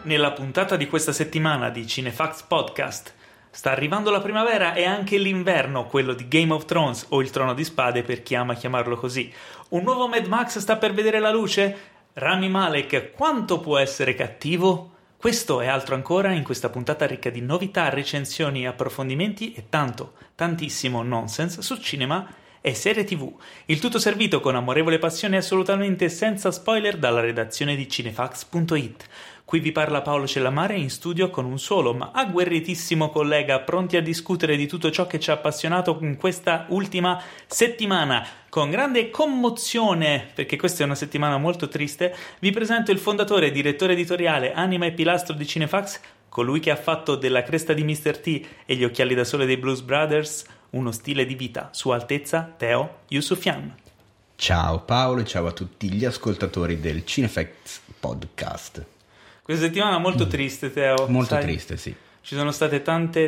nella puntata di questa settimana di Cinefax Podcast. Sta arrivando la primavera e anche l'inverno, quello di Game of Thrones o il Trono di Spade per chi ama chiamarlo così. Un nuovo Mad Max sta per vedere la luce? Rami Malek, quanto può essere cattivo? Questo e altro ancora in questa puntata ricca di novità, recensioni, approfondimenti e tantissimo nonsense su cinema e serie TV. Il tutto servito con amorevole passione e assolutamente senza spoiler dalla redazione di cinefax.it. Qui vi parla Paolo Cellamare in studio con un solo ma agguerritissimo collega, pronti a discutere di tutto ciò che ci ha appassionato in questa ultima settimana. Con grande commozione, perché questa è una settimana molto triste, vi presento il fondatore e direttore editoriale, anima e pilastro di Cinefax, colui che ha fatto della cresta di Mr. T e gli occhiali da sole dei Blues Brothers uno stile di vita. Sua Altezza Teo Yusufian. Ciao Paolo e ciao a tutti gli ascoltatori del Cinefax Podcast. Questa settimana molto triste, Teo. Molto triste, sì. Ci sono state tante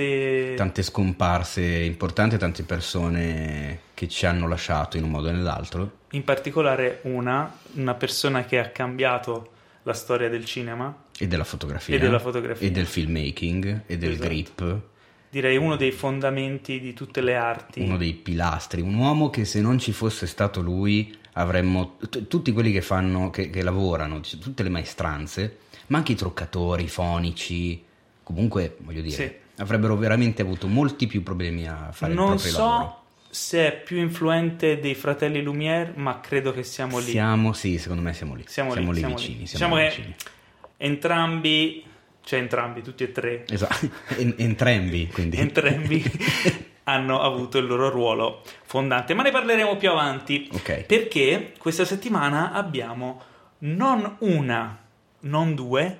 scomparse importanti, tante persone che ci hanno lasciato in un modo o nell'altro. In particolare una persona che ha cambiato la storia del cinema e della fotografia e del filmmaking e del grip. Direi uno dei fondamenti di tutte le arti. Uno dei pilastri, un uomo che se non ci fosse stato lui avremmo tutti quelli che lavorano, tutte le maestranze, ma anche i truccatori, i fonici, comunque voglio dire, sì, avrebbero veramente avuto molti più problemi a fare il proprio lavoro. Non so se è più influente dei fratelli Lumière, ma credo che siamo lì. Sì, secondo me siamo lì. Siamo lì vicini. Diciamo che entrambi, tutti e tre. Esatto, entrambi, quindi. Entrambi hanno avuto il loro ruolo fondante, ma ne parleremo più avanti. Ok. Perché questa settimana abbiamo non una, non due,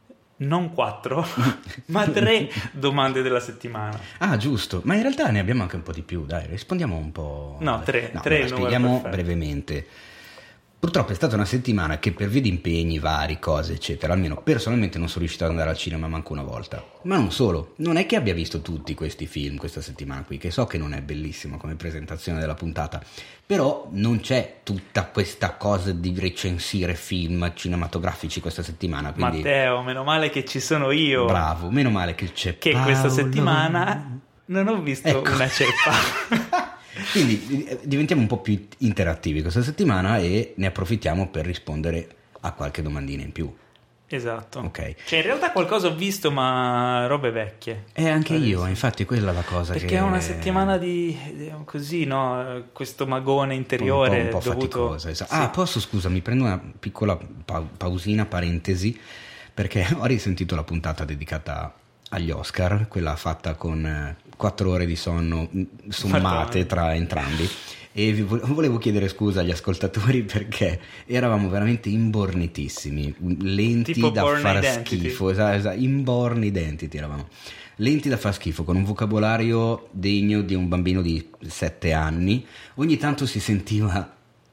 non 4, ma 3 domande della settimana. Ah, giusto, ma in realtà ne abbiamo anche un po' di più, dai, rispondiamo un po'. No, 3. Spieghiamo brevemente. Purtroppo è stata una settimana che per via di impegni vari, cose eccetera, almeno personalmente non sono riuscito ad andare al cinema manco una volta. Ma non solo, non è che abbia visto tutti questi film questa settimana qui, che so che non è bellissimo come presentazione della puntata, però non c'è tutta questa cosa di recensire film cinematografici questa settimana, quindi... Matteo, meno male che ci sono io. Bravo, meno male che c'è che Paolo. Questa settimana non ho visto una ceppa. Quindi diventiamo un po' più interattivi questa settimana e ne approfittiamo per rispondere a qualche domandina in più. Esatto. Ok. Cioè in realtà qualcosa ho visto, ma robe vecchie. Anche io, infatti quella è la cosa. Perché è una settimana di così, no? Questo magone interiore un po' dovuto... faticosa. Esatto. Sì. Posso, scusa, mi prendo una piccola pausina, parentesi, perché ho risentito la puntata dedicata agli Oscar, quella fatta con 4 ore di sonno sommate tra entrambi, e volevo chiedere scusa agli ascoltatori perché eravamo veramente imbornitissimi, lenti tipo da Born far Identity. schifo, esatto, in Born Identity eravamo lenti da far schifo, con un vocabolario degno di un bambino di 7 anni. Ogni tanto si sentiva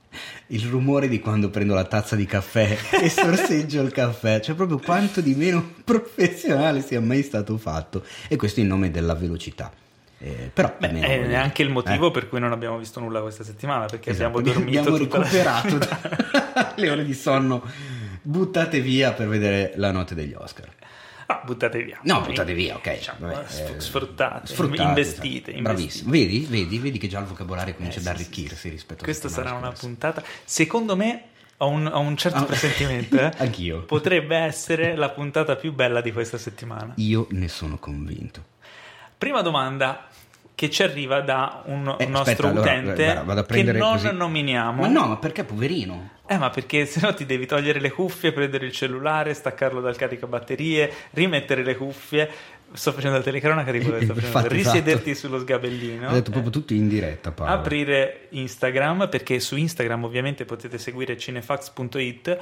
il rumore di quando prendo la tazza di caffè e sorseggio il caffè, cioè proprio quanto di meno professionale sia mai stato fatto, e questo in nome della velocità. Però è anche il motivo per cui non abbiamo visto nulla questa settimana, perché esatto, abbiamo dormito, abbiamo recuperato le ore di sonno buttate via per vedere la notte degli Oscar. Buttate via. No, buttate via, ok. Diciamo, sfruttate, investite. Bravissimo. Vedi che già il vocabolario comincia ad arricchirsi rispetto a questa sarà una puntata. Secondo me ho un certo presentimento. Anch'io. Potrebbe essere la puntata più bella di questa settimana. Io ne sono convinto. Prima domanda che ci arriva da un nostro utente che non così. Nominiamo. Ma no, ma perché poverino? Ma perché sennò ti devi togliere le cuffie, prendere il cellulare, staccarlo dal caricabatterie, rimettere le cuffie. Sto facendo la telecronaca di quello che sto facendo. Risederti sullo sgabellino. Ho detto proprio tutto in diretta, Paolo. Aprire Instagram, perché su Instagram ovviamente potete seguire cinefax.it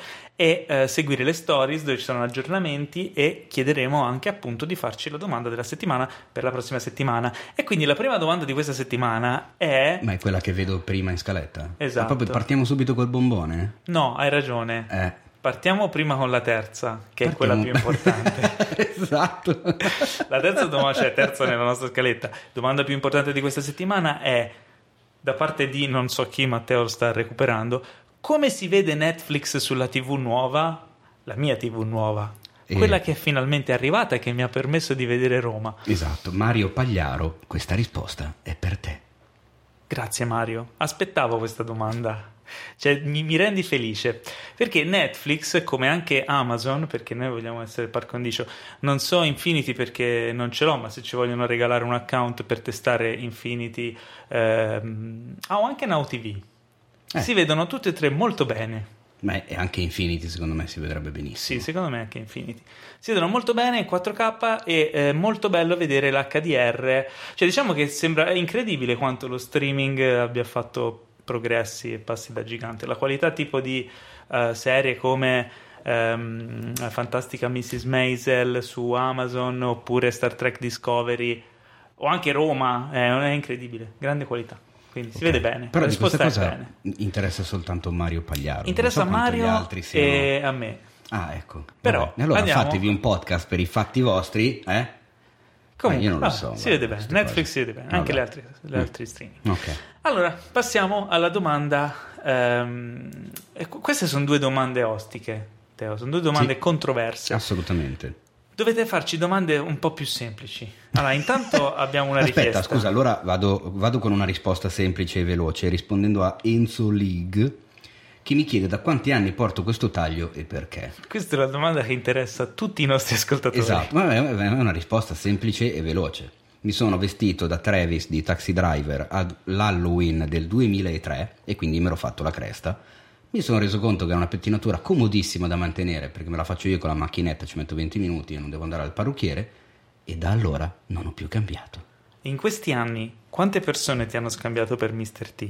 e seguire le stories dove ci sono aggiornamenti, e chiederemo anche appunto di farci la domanda della settimana per la prossima settimana. E quindi la prima domanda di questa settimana è... Ma è quella che vedo prima in scaletta? Esatto. Ma proprio partiamo subito col bombone? No, hai ragione. Partiamo prima con la terza, che è quella più importante. Esatto. La terza domanda, cioè terza nella nostra scaletta. Domanda più importante di questa settimana è, da parte di non so chi, Matteo lo sta recuperando: come si vede Netflix sulla TV nuova? La mia TV nuova. quella che è finalmente arrivata e che mi ha permesso di vedere Roma. Esatto, Mario Pagliaro, questa risposta è per te. Grazie Mario, aspettavo questa domanda, cioè mi rendi felice, perché Netflix, come anche Amazon, perché noi vogliamo essere par condicio, non so Infinity perché non ce l'ho, ma se ci vogliono regalare un account per testare Infinity, o anche Now TV, si vedono tutte e tre molto bene. Ma anche Infinity secondo me si vedrebbe benissimo. Sì, secondo me anche Infinity. Si vedono molto bene in 4K e è molto bello vedere l'HDR. Cioè diciamo che sembra incredibile quanto lo streaming abbia fatto progressi e passi da gigante. La qualità tipo di serie come Fantastica Mrs. Maisel su Amazon oppure Star Trek Discovery o anche Roma è incredibile, grande qualità. Quindi si vede bene. Però la di questa risposta cosa è bene. interessa soltanto Mario Pagliaro. Interessa a Mario gli altri siano... e a me. Ah, ecco. Però vabbè. Allora andiamo... fatevi un podcast per i fatti vostri, Comunque, io non lo so. Si vede bene. Netflix si vede bene, anche Vabbè. le altre streaming. Ok. Allora, passiamo alla domanda. Queste sono due domande ostiche, Teo, sono due domande controverse. Assolutamente. Dovete farci domande un po' più semplici. Allora, intanto abbiamo una Aspetta, richiesta. scusa, allora vado con una risposta semplice e veloce, rispondendo a Enzo League, che mi chiede da quanti anni porto questo taglio e perché. Questa è una domanda che interessa a tutti i nostri ascoltatori. Esatto, ma è una risposta semplice e veloce. Mi sono vestito da Travis di Taxi Driver all'Halloween del 2003 e quindi mi ero fatto la cresta. Mi sono reso conto che è una pettinatura comodissima da mantenere perché me la faccio io con la macchinetta, ci metto 20 minuti e non devo andare al parrucchiere, e da allora non ho più cambiato. In questi anni quante persone ti hanno scambiato per Mr. T?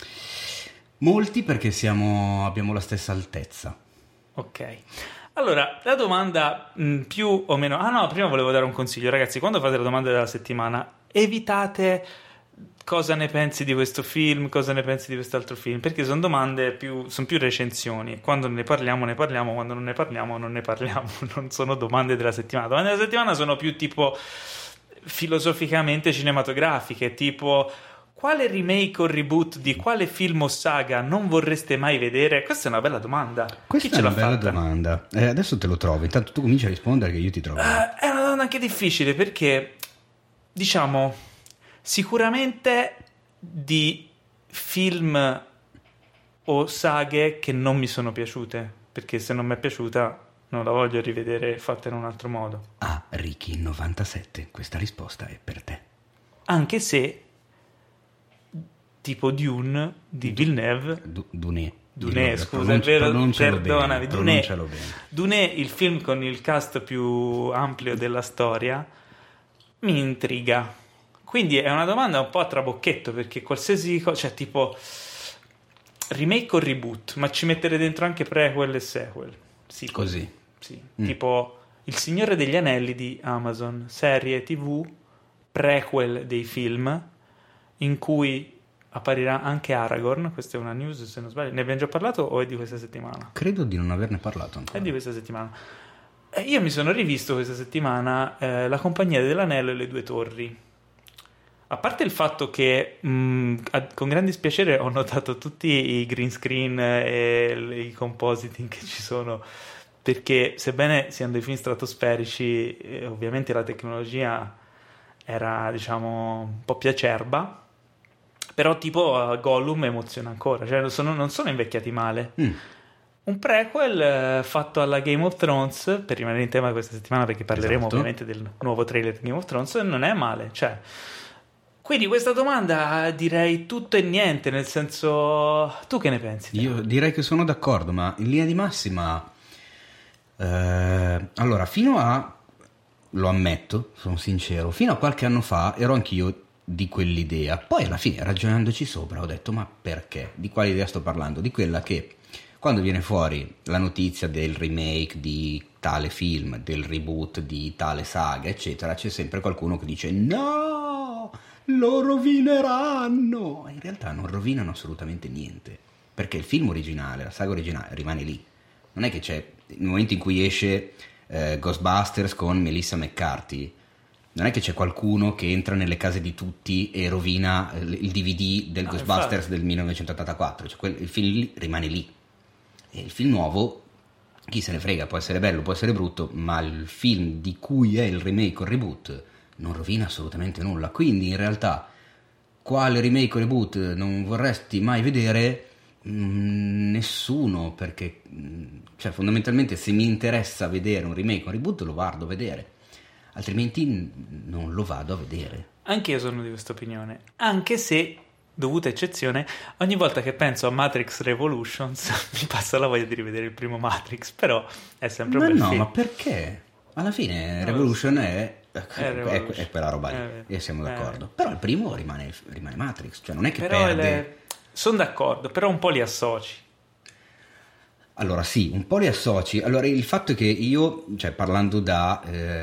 Molti perché abbiamo la stessa altezza. Ok. Allora, la domanda più o meno... Ah no, prima volevo dare un consiglio. Ragazzi, quando fate la domanda della settimana, evitate cosa ne pensi di questo film, cosa ne pensi di quest'altro film, perché sono domande sono più recensioni. Quando ne parliamo, quando non ne parliamo, non ne parliamo. Non sono domande della settimana. Domande della settimana sono più tipo filosoficamente cinematografiche, tipo... Quale remake o reboot di quale film o saga non vorreste mai vedere? Questa è una bella domanda. Questa Chi ce è l'ha una bella fatta? domanda. Adesso te lo trovo. Intanto tu cominci a rispondere che io ti trovo. È una domanda anche difficile perché, diciamo, sicuramente di film o saghe che non mi sono piaciute, perché se non mi è piaciuta non la voglio rivedere fatta in un altro modo. Ah, Ricky 97, questa risposta è per te. Anche se tipo Dune di Villeneuve, Dune, scusa, è vero, perdonami, Dune, il film con il cast più ampio della storia, mi intriga. Quindi è una domanda un po' a trabocchetto, perché qualsiasi cosa, cioè tipo remake o reboot, ma ci mettere dentro anche prequel e sequel. Sì, così. Sì, tipo Il Signore degli Anelli di Amazon, serie TV prequel dei film in cui apparirà anche Aragorn. Questa è una news, se non sbaglio. Ne abbiamo già parlato o è di questa settimana? Credo di non averne parlato ancora. È di questa settimana. Io mi sono rivisto questa settimana La Compagnia dell'Anello e le Due Torri. A parte il fatto che con grande dispiacere ho notato tutti i green screen e i compositing che ci sono, perché sebbene siano dei film stratosferici, ovviamente la tecnologia era, diciamo, un po' più acerba. Però tipo Gollum emoziona ancora, cioè non sono invecchiati male. Un prequel fatto alla Game of Thrones, per rimanere in tema questa settimana, perché parleremo ovviamente del nuovo trailer di Game of Thrones, non è male, cioè. Quindi questa domanda direi tutto e niente, nel senso, tu che ne pensi? Io direi che sono d'accordo, ma in linea di massima allora, fino a, lo ammetto, sono sincero, fino a qualche anno fa ero anch'io di quell'idea. Poi alla fine, ragionandoci sopra, ho detto: ma perché? Di quale idea sto parlando? Di quella che quando viene fuori la notizia del remake di tale film, del reboot di tale saga, eccetera, c'è sempre qualcuno che dice: no, lo rovineranno. In realtà non rovinano assolutamente niente, perché il film originale, la saga originale rimane lì. Non è che c'è, nel momento in cui esce Ghostbusters con Melissa McCarthy, non è che c'è qualcuno che entra nelle case di tutti e rovina il DVD del Ghostbusters del 1984, cioè il film lì rimane lì, e il film nuovo chi se ne frega, può essere bello, può essere brutto, ma il film di cui è il remake o il reboot non rovina assolutamente nulla. Quindi in realtà quale remake o reboot non vorresti mai vedere? Nessuno, perché cioè fondamentalmente se mi interessa vedere un remake o un reboot lo vado a vedere, altrimenti non lo vado a vedere. Anche io sono di questa opinione, anche se, dovuta eccezione, ogni volta che penso a Matrix Revolutions mi passa la voglia di rivedere il primo Matrix, però è sempre un bel film. Ma perché? Alla fine Revolution è quella roba lì, e siamo d'accordo. Però il primo rimane Matrix, cioè non è che però perde... Sono d'accordo, però un po' li associ. Allora sì, un po' li associ. Allora il fatto è che io, cioè parlando da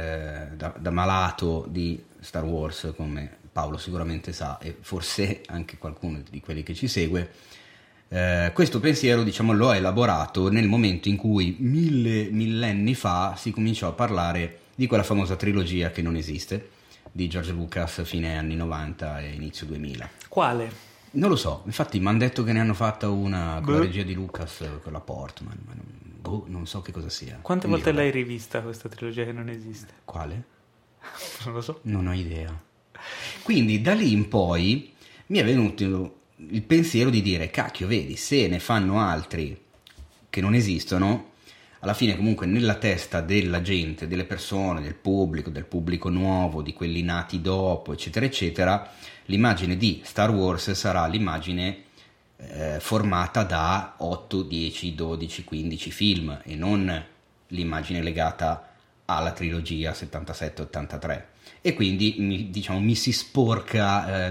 malato di Star Wars, come Paolo sicuramente sa, e forse anche qualcuno di quelli che ci segue, questo pensiero, diciamo, l'ho elaborato nel momento in cui millenni fa si cominciò a parlare di quella famosa trilogia che non esiste, di George Lucas fine anni 90 e inizio 2000. Quale? Non lo so, infatti mi hanno detto che ne hanno fatta una con la regia di Lucas, con la Portman, ma non so che cosa sia. Quante volte l'hai rivista questa trilogia che non esiste? Quale? Non lo so. Non ho idea. Quindi da lì in poi mi è venuto il pensiero di dire, cacchio, vedi, se ne fanno altri che non esistono, alla fine comunque nella testa della gente, delle persone, del pubblico nuovo, di quelli nati dopo, eccetera, eccetera, l'immagine di Star Wars sarà l'immagine formata da 8, 10, 12, 15 film e non l'immagine legata alla trilogia 77-83. E quindi mi si sporca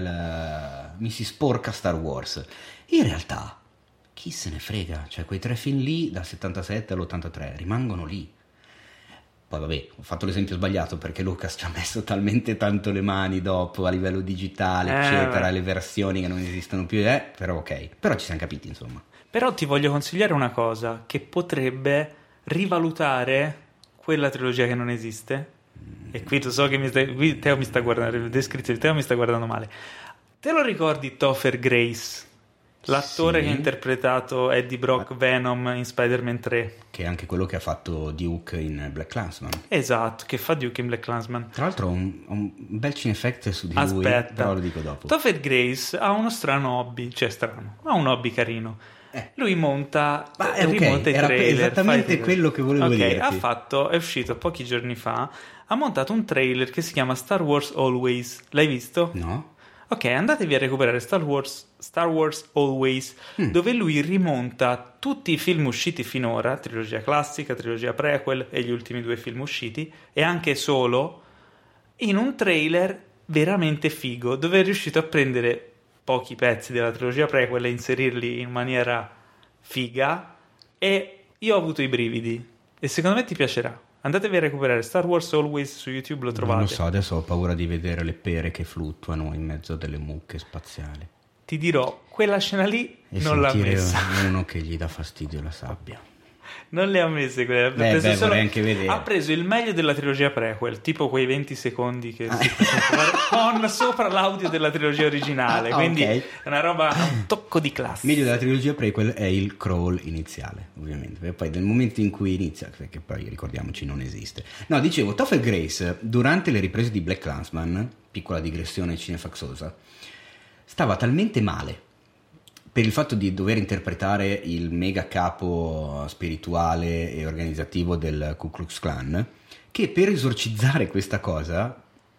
Star Wars. In realtà chi se ne frega, cioè quei 3 film lì dal 77 all'83 rimangono lì. Poi vabbè, ho fatto l'esempio sbagliato perché Lucas ci ha messo talmente tanto le mani dopo a livello digitale, eccetera, le versioni che non esistono più, però ok, però ci siamo capiti, insomma. Però ti voglio consigliare una cosa che potrebbe rivalutare quella trilogia che non esiste. E qui tu so che qui Teo mi sta guardando, descrizione, Teo mi sta guardando male. Te lo ricordi Topher Grace? L'attore che ha interpretato Eddie Brock Venom in Spider-Man 3, che è anche quello che ha fatto Duke in BlacKkKlansman. Esatto, che fa Duke in BlacKkKlansman. Tra l'altro un bel cinefact su di lui, però lo dico dopo. Topher Grace ha uno strano hobby, cioè strano, ha un hobby carino. Lui rimonta i trailer. Esattamente quello che volevo dire. È uscito pochi giorni fa, ha montato un trailer che si chiama Star Wars Always. L'hai visto? No. Ok, andatevi a recuperare Star Wars Always, dove lui rimonta tutti i film usciti finora, trilogia classica, trilogia prequel e gli ultimi 2 film usciti, e anche solo, in un trailer veramente figo, dove è riuscito a prendere pochi pezzi della trilogia prequel e inserirli in maniera figa, e io ho avuto i brividi, e secondo me ti piacerà. Andatevi a recuperare Star Wars Always su YouTube, lo trovate. Non lo so, adesso ho paura di vedere le pere che fluttuano in mezzo a delle mucche spaziali. Ti dirò, quella scena lì non l'ha messa. Uno che gli dà fastidio la sabbia. Non le ha messe quelle. Vorrei anche vedere. Ha preso il meglio della trilogia prequel, tipo quei 20 secondi che si possono trovare con sopra l'audio della trilogia originale. Quindi è una roba, un tocco di classe. Meglio della trilogia prequel è il crawl iniziale, ovviamente. E poi nel momento in cui inizia, perché poi ricordiamoci non esiste. No, dicevo, Topher Grace durante le riprese di BlacKkKlansman, piccola digressione cinefaxosa, stava talmente male per il fatto di dover interpretare il mega capo spirituale e organizzativo del Ku Klux Klan, che per esorcizzare questa cosa,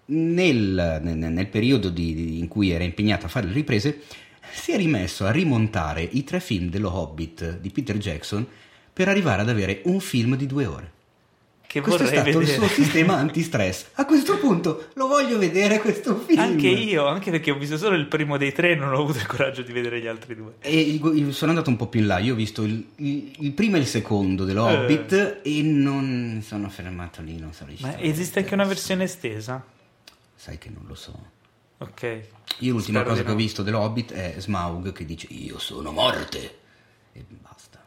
nel periodo in cui era impegnato a fare le riprese, si è rimesso a rimontare i 3 film dello Hobbit di Peter Jackson per arrivare ad avere un film di 2 ore. Che questo vorrei è stato vedere. Il suo sistema antistress. A questo punto lo voglio vedere questo film. Anche io, anche perché ho visto solo il primo dei 3 e non ho avuto il coraggio di vedere gli altri 2. E sono andato un po' più in là. Io ho visto il primo e il secondo dello Hobbit e non sono fermato lì, non sono riuscito. Ma esiste anche una versione estesa? Sai che non lo so. Ok. Io l'ultima cosa che ho visto dello Hobbit è Smaug che dice "Io sono morte" e basta.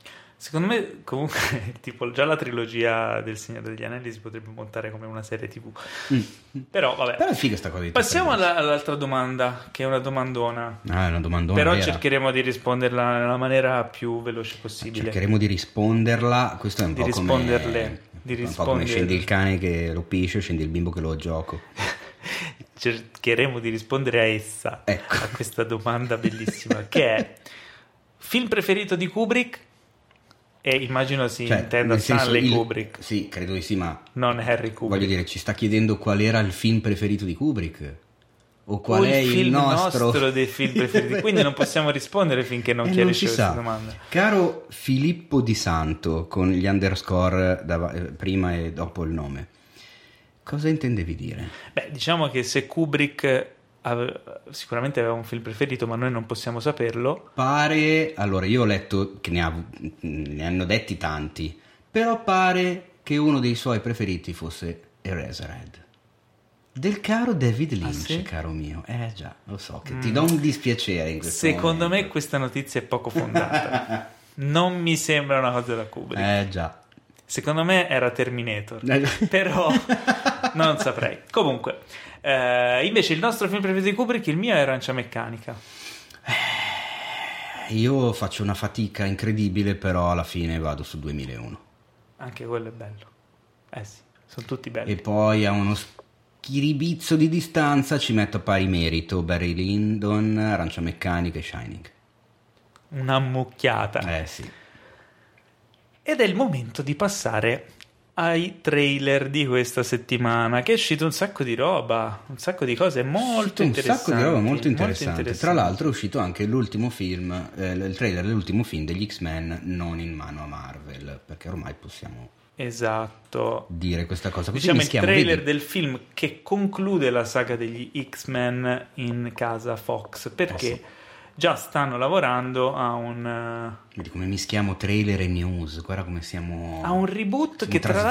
Secondo me, comunque, tipo, già la trilogia del Signore degli Anelli si potrebbe montare come una serie TV. Però, vabbè. Però è figa sta cosa di Passiamo all'altra domanda, che è una domandona. È una domandona Però vera. cercheremo di risponderla nella maniera più veloce possibile. Cercheremo di risponderla. Questo è un Di po' risponderle. un po' come scendi il cane che lo pisce, scendi il bimbo che lo gioco. Cercheremo di rispondere a essa, ecco, a questa domanda bellissima, che è: film preferito di Kubrick? E immagino si intenda Stanley Kubrick. Sì, credo di sì, ma non Harry Kubrick. Voglio dire, ci sta chiedendo qual era il film preferito di Kubrick? O qual è il film nostro dei film preferiti? Quindi non possiamo rispondere finché non chiarisce questa domanda. Caro Filippo Di Santo, con gli underscore prima e dopo il nome, cosa intendevi dire? Beh, diciamo che se Kubrick sicuramente aveva un film preferito, ma noi non possiamo saperlo. Pare, allora io ho letto che ne hanno detti tanti, però pare che uno dei suoi preferiti fosse Eraserhead del caro David Lynch. Sì? Caro mio, già, lo so che ti do un dispiacere in questo Secondo momento. me questa notizia è poco fondata. Non mi sembra una cosa da Kubrick. Già. Secondo me era Terminator, però non saprei. Comunque, invece il nostro film preferito di Kubrick, il mio è Arancia Meccanica. Io faccio una fatica incredibile, però alla fine vado su 2001. Anche quello è bello. Sì, sono tutti belli. E poi a uno schiribizzo di distanza ci metto a pari merito Barry Lyndon, Arancia Meccanica e Shining. Una mucchiata. Sì. Ed è il momento di passare ai trailer di questa settimana, che è uscito un sacco di roba, un sacco di cose molto interessanti. Un sacco di roba molto interessante. Tra l'altro è uscito anche l'ultimo film, il trailer dell'ultimo film degli X-Men non in mano a Marvel, perché ormai possiamo dire questa cosa. Così diciamo il trailer del film che conclude la saga degli X-Men in casa Fox, perché già stanno lavorando a un... Vedi come mischiamo trailer e news, guarda come siamo... A un reboot che tra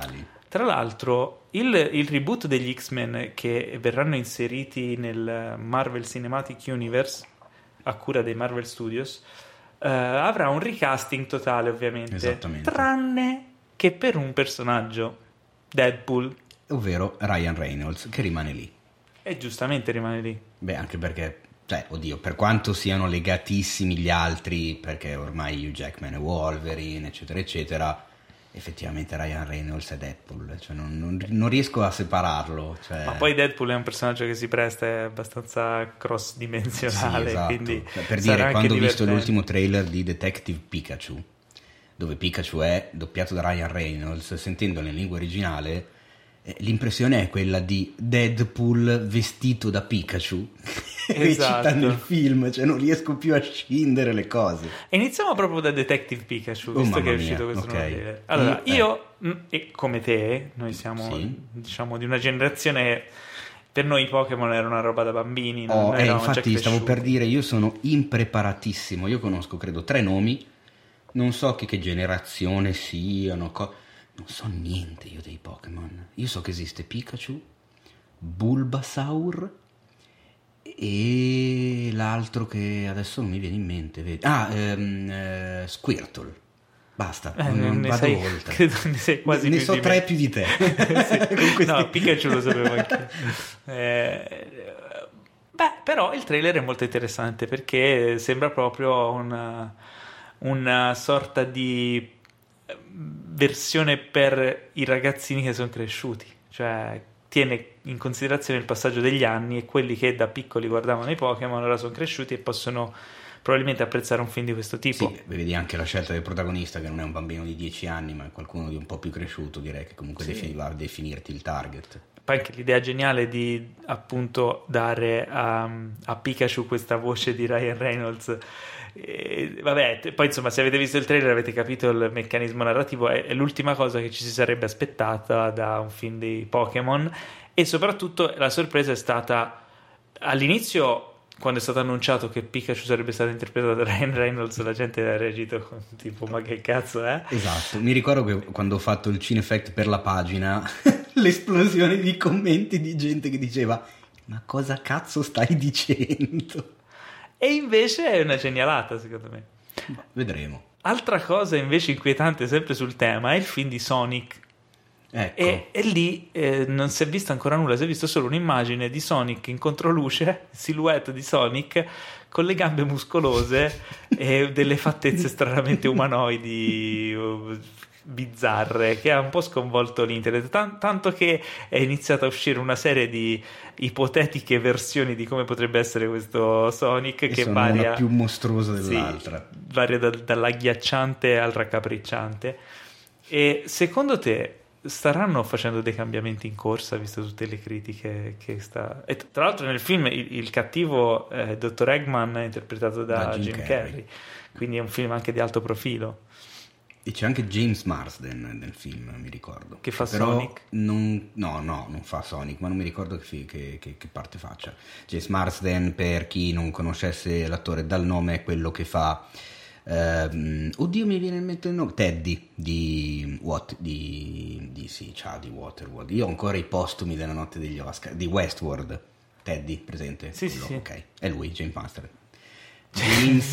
l'altro il reboot degli X-Men che verranno inseriti nel Marvel Cinematic Universe a cura dei Marvel Studios avrà un recasting totale, ovviamente. Esattamente. Tranne che per un personaggio, Deadpool. Ovvero Ryan Reynolds, che rimane lì. E giustamente rimane lì. Beh, anche perché... per quanto siano legatissimi gli altri, perché ormai Hugh Jackman è Wolverine, eccetera, eccetera, effettivamente Ryan Reynolds è Deadpool, non riesco a separarlo. Ma poi Deadpool è un personaggio che si presta, è abbastanza cross-dimensionale, sì, esatto. Quindi per dire, quando ho visto l'ultimo trailer di Detective Pikachu, dove Pikachu è doppiato da Ryan Reynolds, sentendolo in lingua originale, l'impressione è quella di Deadpool vestito da Pikachu. Recita nel film, non riesco più a scindere le cose. E iniziamo proprio da Detective Pikachu, visto che è uscito questo nuovo. Allora, io e come te, noi siamo diciamo di una generazione, per noi i Pokémon era una roba da bambini, non infatti stavo per dire, io sono impreparatissimo, io conosco credo 3 nomi, non so che generazione siano, non so niente io dei Pokémon. Io so che esiste Pikachu, Bulbasaur e l'altro che adesso non mi viene in mente. Squirtle. Basta, non vado oltre. Credo ne sei quasi ne so 3 più di te. No, Pikachu lo sapevo anche. Però il trailer è molto interessante perché sembra proprio una sorta di versione per i ragazzini che sono cresciuti, cioè tiene in considerazione il passaggio degli anni e quelli che da piccoli guardavano i Pokémon ora sono cresciuti e possono probabilmente apprezzare un film di questo tipo. Sì, vedi anche la scelta del protagonista, che non è un bambino di 10 anni ma è qualcuno di un po' più cresciuto, direi che comunque va a definirti il target. Poi anche l'idea geniale di appunto dare a Pikachu questa voce di Ryan Reynolds. Poi insomma, se avete visto il trailer avete capito il meccanismo narrativo, è l'ultima cosa che ci si sarebbe aspettata da un film dei Pokémon. E soprattutto la sorpresa è stata all'inizio, quando è stato annunciato che Pikachu sarebbe stato interpretato da Ryan Reynolds, la gente ha reagito con tipo ma che cazzo è? Esatto, mi ricordo che quando ho fatto il Cinefact per la pagina l'esplosione di commenti di gente che diceva ma cosa cazzo stai dicendo? E invece è una genialata, secondo me. Vedremo. Altra cosa invece inquietante sempre sul tema è il film di Sonic. Ecco. E lì non si è visto ancora nulla, si è visto solo un'immagine di Sonic in controluce, silhouette di Sonic con le gambe muscolose e delle fattezze stranamente umanoidi bizzarre, che ha un po' sconvolto l'internet, tanto che è iniziata a uscire una serie di ipotetiche versioni di come potrebbe essere questo Sonic, e che sono varia, una più mostruosa dell'altra. sì, varia dall'agghiacciante al raccapricciante. E secondo te staranno facendo dei cambiamenti in corsa, visto tutte le critiche che sta... E tra l'altro nel film il cattivo Dr. Eggman è interpretato da Jim Carrey, quindi è un film anche di alto profilo. E c'è anche James Marsden nel film, mi ricordo. Che fa però Sonic? Non fa Sonic, ma non mi ricordo che parte faccia. James Marsden, per chi non conoscesse l'attore dal nome, è quello che fa... oddio, mi viene in mente il nome, Teddy di Waterworld. Io ho ancora i postumi della notte degli Oscar di Westworld. Teddy, presente? Sì. Ok, è lui, James Marsden. James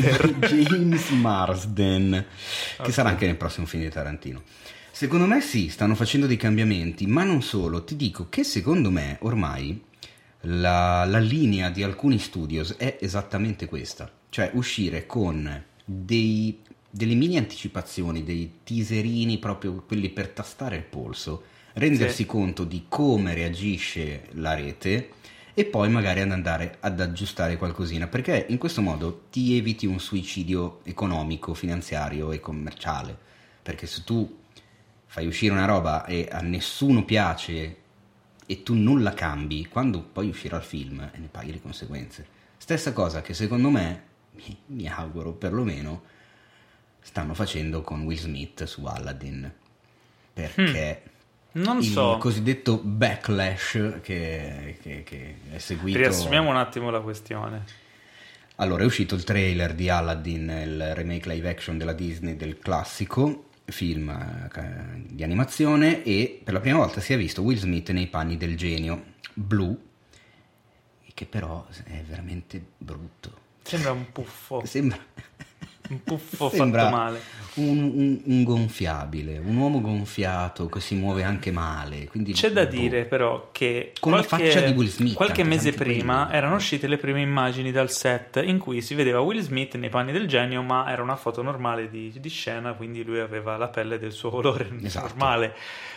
Marsden, che sarà anche nel prossimo film di Tarantino. Secondo me sì, stanno facendo dei cambiamenti, ma non solo. Ti dico che secondo me ormai la linea di alcuni studios è esattamente questa, cioè uscire con delle mini anticipazioni, dei teaserini, proprio quelli per tastare il polso, rendersi conto di come reagisce la rete e poi magari andare ad aggiustare qualcosina, perché in questo modo ti eviti un suicidio economico, finanziario e commerciale, perché se tu fai uscire una roba e a nessuno piace e tu non la cambi, quando poi uscirà il film ne paghi le conseguenze. Stessa cosa che secondo me, mi auguro perlomeno, stanno facendo con Will Smith su Aladdin, perché non so, il cosiddetto backlash che è seguito... Riassumiamo un attimo la questione. Allora, è uscito il trailer di Aladdin, il remake live action della Disney del classico film di animazione, e per la prima volta si è visto Will Smith nei panni del genio Blue, che però è veramente brutto. Sembra un puffo. Sembra fatto male. Un gonfiabile, un uomo gonfiato che si muove anche male. Quindi c'è da dire però che con la faccia di Will Smith, qualche mese prima quello. Erano uscite le prime immagini dal set in cui si vedeva Will Smith nei panni del genio, ma era una foto normale di scena, quindi lui aveva la pelle del suo colore normale.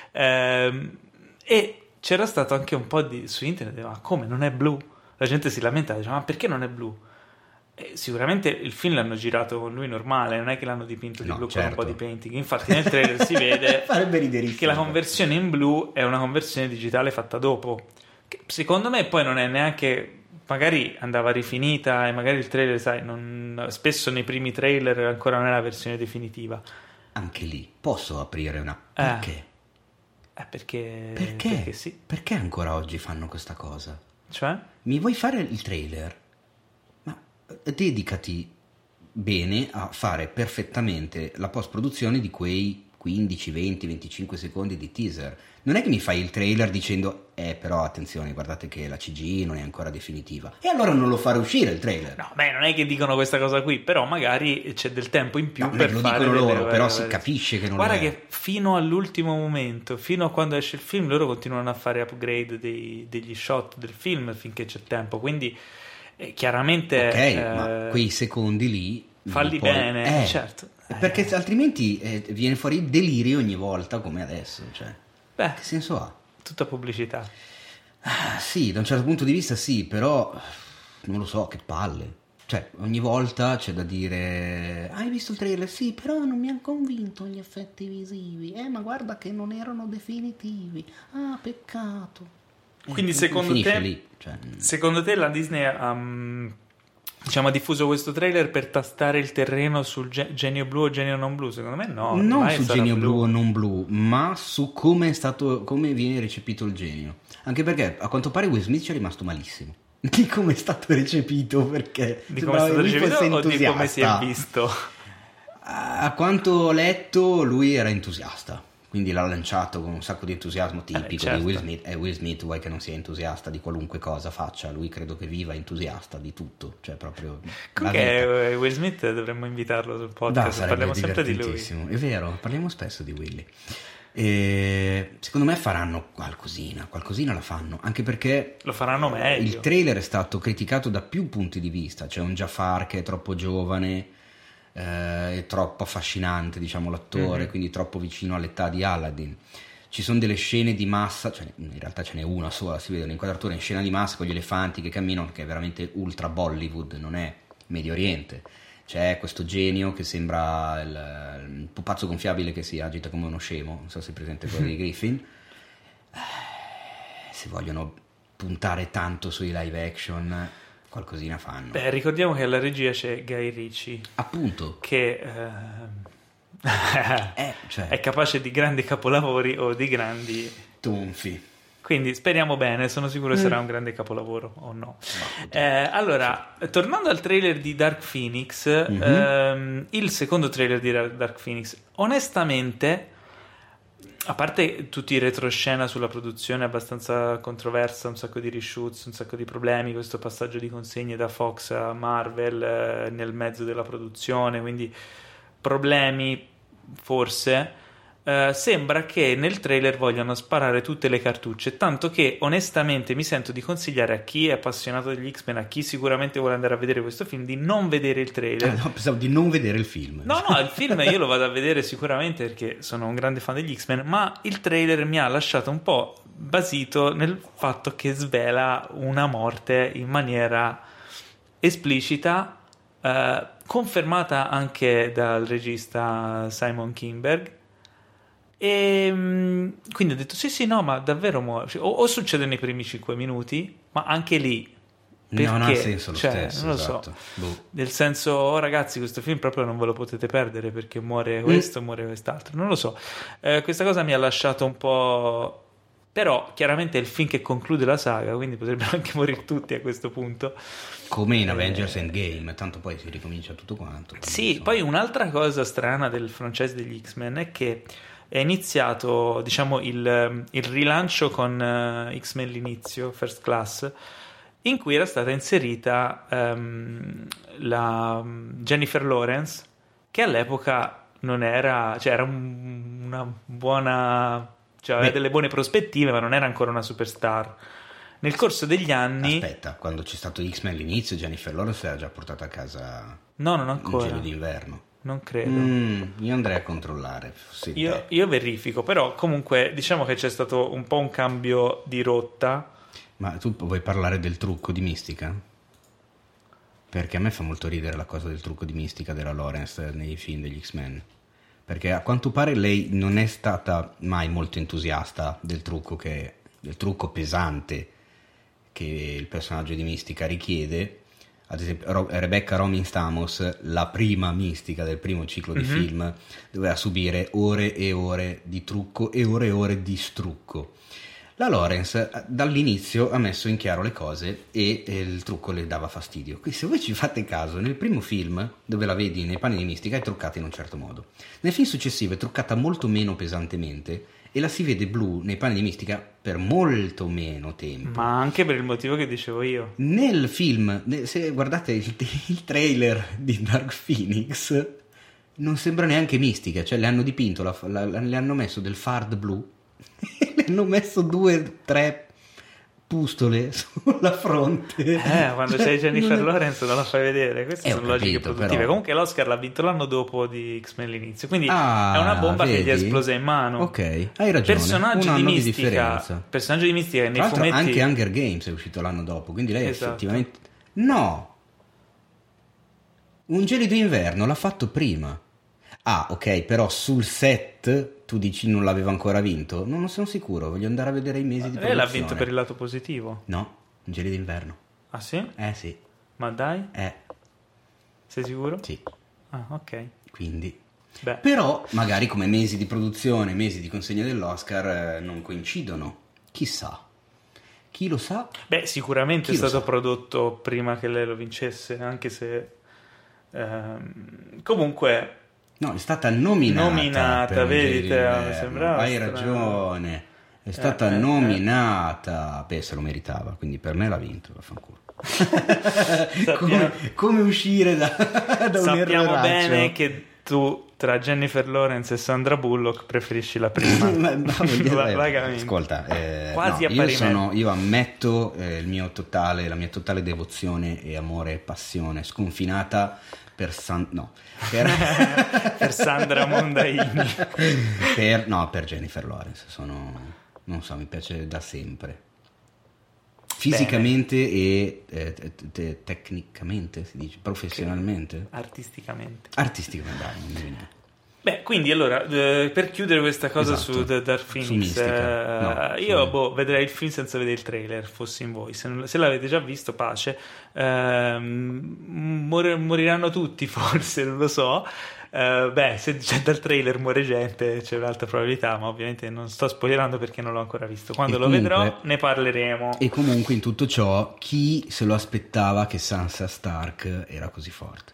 E c'era stato anche un po' su internet, ma come non è blu? La gente si lamenta, diceva ma perché non è blu? Sicuramente il film l'hanno girato con lui normale, non è che l'hanno dipinto di blu con un po' di painting. Infatti nel trailer si vede che la conversione in blu è una conversione digitale fatta dopo, che secondo me poi non è neanche, magari andava rifinita, e magari il trailer, sai, spesso nei primi trailer ancora non è la versione definitiva. Anche lì posso aprire una... Perché sì. Perché ancora oggi fanno questa cosa? Cioè? Mi vuoi fare il trailer? Dedicati bene a fare perfettamente la post-produzione di quei 15, 20, 25 secondi di teaser. Non è che mi fai il trailer dicendo però attenzione, guardate che la CGI non è ancora definitiva, e allora non lo fare uscire il trailer. No, non è che dicono questa cosa qui, però magari c'è del tempo in più per lo fare dicono loro, però si capisce che non guarda è. Che fino all'ultimo momento, fino a quando esce il film, loro continuano a fare upgrade degli shot del film finché c'è tempo, quindi chiaramente ma quei secondi lì falli bene, certo, perché altrimenti viene fuori il delirio ogni volta come adesso, cioè che senso ha? Tutta pubblicità. Sì, da un certo punto di vista sì, però non lo so, che palle, cioè ogni volta c'è da dire hai visto il trailer? Sì, però non mi hanno convinto gli effetti visivi, ma guarda che non erano definitivi, peccato. Quindi secondo te, lì, cioè... secondo te la Disney ha diffuso questo trailer per tastare il terreno sul genio blu o genio non blu? Secondo me no. Non su genio blu o non blu, ma su come viene recepito il genio. Anche perché a quanto pare Will Smith ci è rimasto malissimo di come è stato recepito, perché di come è stato recepito o di come si è visto? A quanto ho letto lui era entusiasta, quindi l'ha lanciato con un sacco di entusiasmo tipico certo. di Will Smith. E Will Smith, vuoi che non sia entusiasta di qualunque cosa faccia, lui credo che viva entusiasta di tutto, cioè proprio comunque Will Smith dovremmo invitarlo sul podcast, parliamo sempre di lui. È vero, parliamo spesso di Willy. E secondo me faranno qualcosina la fanno, anche perché lo faranno meglio. Il trailer è stato criticato da più punti di vista. C'è un Jafar che è troppo giovane, è troppo affascinante, diciamo, l'attore, quindi troppo vicino all'età di Aladdin. Ci sono delle scene di massa, cioè in realtà ce n'è una sola, si vede un'inquadratura in scena di massa con gli elefanti che camminano, che è veramente ultra Bollywood, non è Medio Oriente. C'è questo genio che sembra il pupazzo gonfiabile che si agita come uno scemo, non so se è presente quello di Griffin. Se vogliono puntare tanto sui live action, qualcosina fanno. Beh, ricordiamo che alla regia c'è Guy Ritchie, Appunto, che cioè, è capace di grandi capolavori o di grandi tonfi. Quindi speriamo bene, sono sicuro sarà un grande capolavoro o no. Allora, tornando al trailer di Dark Phoenix, il secondo trailer di Dark Phoenix, onestamente, a parte tutti i retroscena sulla produzione abbastanza controversa, un sacco di reshoots, un sacco di problemi, questo passaggio di consegne da Fox a Marvel nel mezzo della produzione, quindi problemi forse. Sembra che nel trailer vogliano sparare tutte le cartucce, tanto che onestamente mi sento di consigliare a chi è appassionato degli X-Men, a chi sicuramente vuole andare a vedere questo film, di non vedere il trailer. No, pensavo di non vedere il film. No, il film io lo vado a vedere sicuramente perché sono un grande fan degli X-Men, ma il trailer mi ha lasciato un po' basito nel fatto che svela una morte in maniera esplicita, confermata anche dal regista Simon Kinberg. E quindi ho detto sì no, ma davvero muore, o succede nei primi 5 minuti, ma anche lì perché? Non ha senso lo stesso, non lo esatto. so, nel senso, ragazzi, questo film proprio non ve lo potete perdere perché muore questo, muore quest'altro, non lo so, questa cosa mi ha lasciato un po', però chiaramente è il film che conclude la saga, quindi potrebbero anche morire tutti a questo punto, come in Avengers Endgame, tanto poi si ricomincia tutto quanto. Sì, poi un'altra cosa strana del franchise degli X-Men è che è iniziato, diciamo, il rilancio con X-Men l'inizio, First Class, in cui era stata inserita la Jennifer Lawrence, che all'epoca non era, cioè era una buona, cioè aveva delle buone prospettive, ma non era ancora una superstar. Nel corso degli anni... Aspetta, quando c'è stato X-Men l'inizio, Jennifer Lawrence era già portata a casa No, non ancora. Un gelo d'inverno. Non credo. Io andrei a controllare. Io verifico, però comunque diciamo che c'è stato un po' un cambio di rotta. Ma tu vuoi parlare del trucco di Mistica? Perché a me fa molto ridere la cosa del trucco di Mistica della Lawrence nei film degli X-Men. Perché a quanto pare lei non è stata mai molto entusiasta del trucco pesante che il personaggio di Mistica richiede. Ad esempio Rebecca Romijn Stamos, la prima Mistica del primo ciclo di film, doveva subire ore e ore di trucco e ore di strucco. La Lawrence dall'inizio ha messo in chiaro le cose e il trucco le dava fastidio. Quindi se voi ci fate caso, nel primo film, dove la vedi nei panni di Mistica, è truccata in un certo modo. Nel film successivo è truccata molto meno pesantemente e la si vede blu nei panni di Mistica per molto meno tempo. Ma anche per il motivo che dicevo io. Nel film, se guardate il trailer di Dark Phoenix, non sembra neanche Mistica, cioè le hanno dipinto, le hanno messo del fard blu e le hanno messo 2-3 pustole sulla fronte. Quando c'è Jennifer Lawrence non la fai vedere, queste sono logiche produttive. Però... Comunque l'Oscar l'ha vinto l'anno dopo di X-Men l'inizio, quindi è una bomba che gli è esplosa in mano. Ok, hai ragione. Personaggio di Mistica nei tra fumetti, anche Hunger Games è uscito l'anno dopo, quindi lei effettivamente Un gelido inverno l'ha fatto prima. Ok, però sul set tu dici non l'aveva ancora vinto? Non sono sicuro, voglio andare a vedere i mesi di produzione. Lei l'ha vinto per il lato positivo? No, un gelido inverno. Ah sì? Sì. Ma dai? Sei sicuro? Sì. Ok. Quindi... Beh. Però magari come mesi di produzione, mesi di consegna dell'Oscar non coincidono. Chissà. Chi lo sa? Beh, sicuramente è stato prodotto prima che lei lo vincesse, anche se... comunque... No, è stata nominata per vedi te, l'inverno. sembrava Hai strano. ragione, è stata nominata. Beh, se lo meritava, quindi per me l'ha vinto, vaffanculo. come uscire da un Sappiamo erroraccio. bene che tu tra Jennifer Lawrence e Sandra Bullock preferisci la prima. Vagamente. Ascolta, quasi no, a pari merito. io ammetto la mia totale devozione e amore e passione sconfinata per per Sandra Mondaini. per Jennifer Lawrence. Non so, mi piace da sempre. Fisicamente e tecnicamente, si dice, professionalmente. Artisticamente, bravo, non mi viene. Beh, quindi allora, per chiudere questa cosa Esatto, su The Dark Phoenix, su Mistica. io vedrei il film senza vedere il trailer, fossi in voi. Se l'avete già visto, pace. Moriranno tutti, forse, non lo so. Se c'è dal trailer muore gente, c'è un'altra probabilità, ma ovviamente non sto spoilerando perché non l'ho ancora visto. Quando lo vedrò ne parleremo. E comunque in tutto ciò, chi se lo aspettava che Sansa Stark era così forte?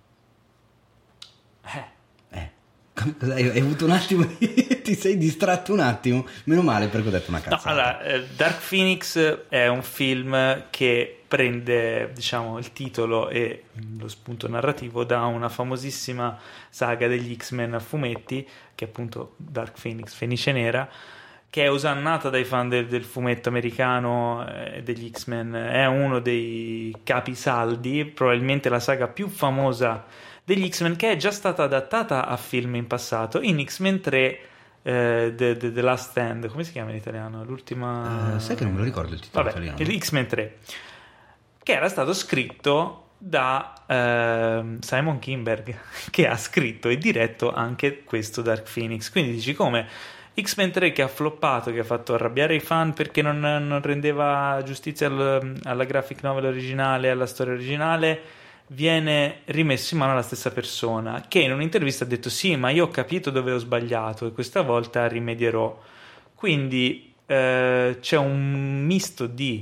Hai avuto un attimo, ti sei distratto un attimo, meno male perché ho detto una cazzata. No, allora, Dark Phoenix è un film che prende, diciamo, il titolo e lo spunto narrativo da una famosissima saga degli X-Men a fumetti, che è appunto Dark Phoenix, Fenice Nera, che è osannata dai fan del fumetto americano degli X-Men. È uno dei capisaldi, probabilmente la saga più famosa degli X-Men, che è già stata adattata a film in passato in X-Men 3 The Last Stand. Come si chiama in italiano? L'ultima... sai che non me lo ricordo il titolo italiano. Il X-Men 3, che era stato scritto da Simon Kinberg, che ha scritto e diretto anche questo Dark Phoenix. Quindi dici, come X-Men 3 che ha floppato, che ha fatto arrabbiare i fan perché non rendeva giustizia alla graphic novel originale, alla storia originale, viene rimesso in mano alla stessa persona, che in un'intervista ha detto: sì, ma io ho capito dove ho sbagliato e questa volta rimedierò. Quindi c'è un misto di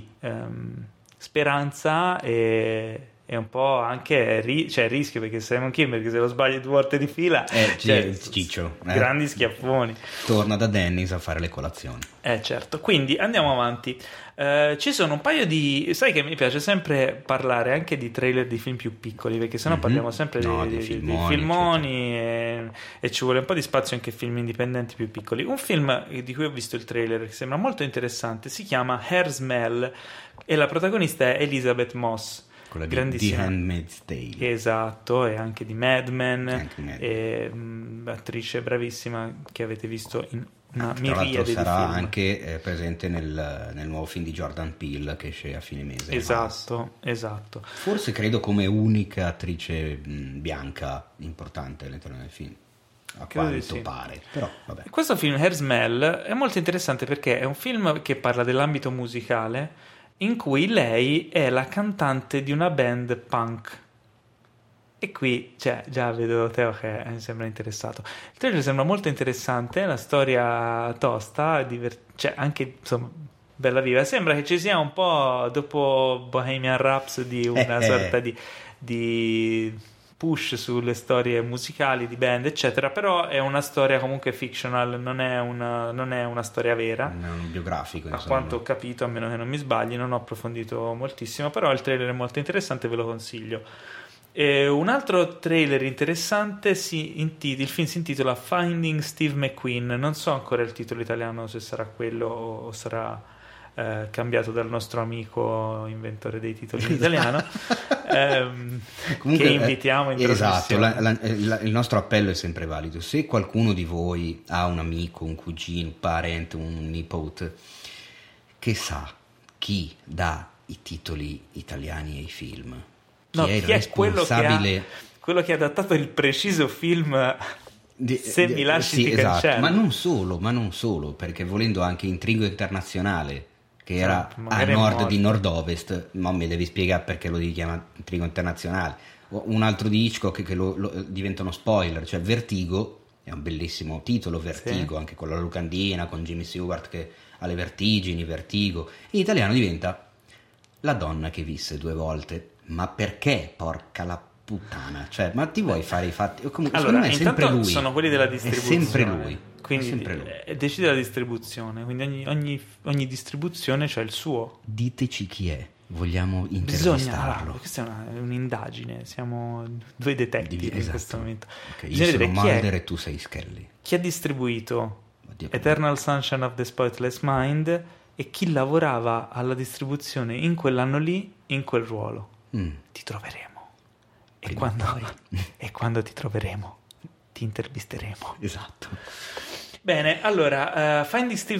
speranza e un po' anche rischio, perché Simon Kinberg, se lo sbagli 2 volte di fila, ciccio, grandi schiaffoni, torna da Dennis a fare le colazioni. Certo. Quindi andiamo avanti. Ci sono un paio di... Sai che mi piace sempre parlare anche di trailer di film più piccoli, perché sennò parliamo sempre di filmoni e ci vuole un po' di spazio anche film indipendenti più piccoli. Un film di cui ho visto il trailer che sembra molto interessante si chiama Hair Smell e la protagonista è Elizabeth Moss, quella di The Handmaid's Tale. Esatto, e anche di Mad Men, e attrice bravissima che avete visto in una miriade di sarà film. Anche presente nel nuovo film di Jordan Peele che esce a fine mese. Esatto. Forse credo come unica attrice bianca importante all'interno del film, a quanto pare. Però vabbè. Questo film Hair Smell è molto interessante perché è un film che parla dell'ambito musicale, in cui lei è la cantante di una band punk. E qui, già vedo Teo che mi sembra interessato. Il trailer sembra molto interessante, la storia tosta, anche insomma bella viva. Sembra che ci sia un po', dopo Bohemian Rhapsody, una sorta di push sulle storie musicali di band, eccetera. Però è una storia comunque fictional, non è una storia vera. Non è un biografico, a quanto ho capito, a meno che non mi sbagli. Non ho approfondito moltissimo, però il trailer è molto interessante, ve lo consiglio. Un altro trailer interessante, il film si intitola Finding Steve McQueen. Non so ancora il titolo italiano, se sarà quello o sarà cambiato dal nostro amico inventore dei titoli in italiano. Comunque, che invitiamo in trasmissione. Esatto, il nostro appello è sempre valido. Se qualcuno di voi ha un amico, un cugino, un parente, un nipote che sa chi dà i titoli italiani ai film, chi è il responsabile, quello che ha adattato il preciso film Se mi lasci ti cancello. Esatto. Ma non solo, perché volendo anche Intrigo Internazionale, che era a nord di nord-ovest, ma mi devi spiegare perché lo devi chiamare Intrigo Internazionale. Un altro di Hitchcock che diventa uno spoiler, cioè Vertigo, è un bellissimo titolo, Vertigo, anche con la locandina, con Jimmy Stewart che ha le vertigini, Vertigo. In italiano diventa La donna che visse 2 volte. Ma perché, porca la puttana, cioè, ma ti vuoi fare i fatti? Comunque, Allora, secondo me è sempre intanto lui. sono quelli della distribuzione. È sempre lui. Quindi È sempre lui. decide la distribuzione, quindi ogni distribuzione c'ha il suo. Diteci chi è, vogliamo Allora, intervistarlo. questa è un'indagine, siamo due detective in Esatto. questo momento. Ok, Bisogna io sono vedere Mulder e tu sei Scully. chi ha distribuito Oddio, Eternal Sunshine of the Spotless Mind e chi lavorava alla distribuzione in quell'anno lì, in quel ruolo. Ti troveremo. E Prima o quando ti troveremo, ti intervisteremo. Esatto. Bene, allora, Finding Steve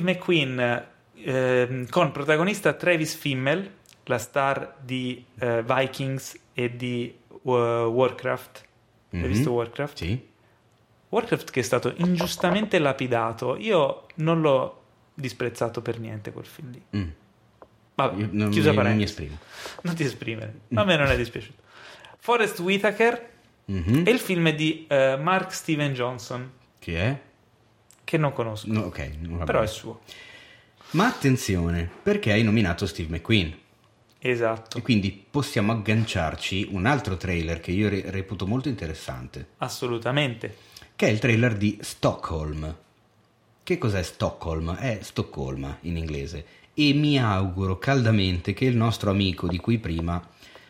McQueen con protagonista Travis Fimmel, la star di Vikings e di Warcraft. Hai visto Warcraft? Sì. Warcraft che è stato ingiustamente lapidato. Io non l'ho disprezzato per niente quel film lì. Vabbè, Io non, chiusa io non mi parentesi. esprimo. Non ti esprimere. A me non è dispiaciuto. Forest Whitaker e il film di Mark Steven Johnson, Chi è? che non conosco, No, ok, non va però è bene. suo. Ma attenzione, perché hai nominato Steve McQueen. Esatto, E quindi possiamo agganciarci un altro trailer che io reputo molto interessante, assolutamente. che è il trailer di Stockholm. Che cos'è Stockholm? È Stoccolma in inglese. E mi auguro caldamente che il nostro amico di cui prima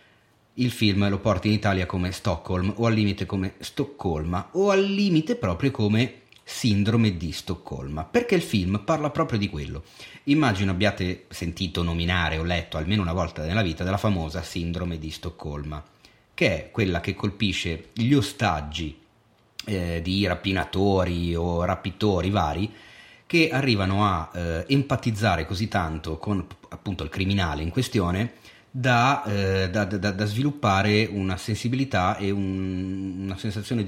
il film lo porti in Italia come Stockholm, o al limite come Stoccolma, o al limite proprio come Sindrome di Stoccolma, perché il film parla proprio di quello. Immagino abbiate sentito nominare o letto almeno una volta nella vita della famosa Sindrome di Stoccolma, che è quella che colpisce gli ostaggi di rapinatori o rapitori vari, che arrivano a empatizzare così tanto con appunto il criminale in questione da sviluppare una sensibilità e una sensazione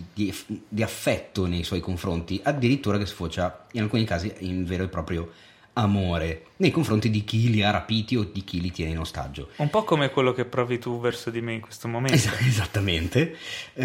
di affetto nei suoi confronti, addirittura che sfocia in alcuni casi in vero e proprio amore nei confronti di chi li ha rapiti o di chi li tiene in ostaggio. Un po' come quello che provi tu verso di me in questo momento. Esattamente.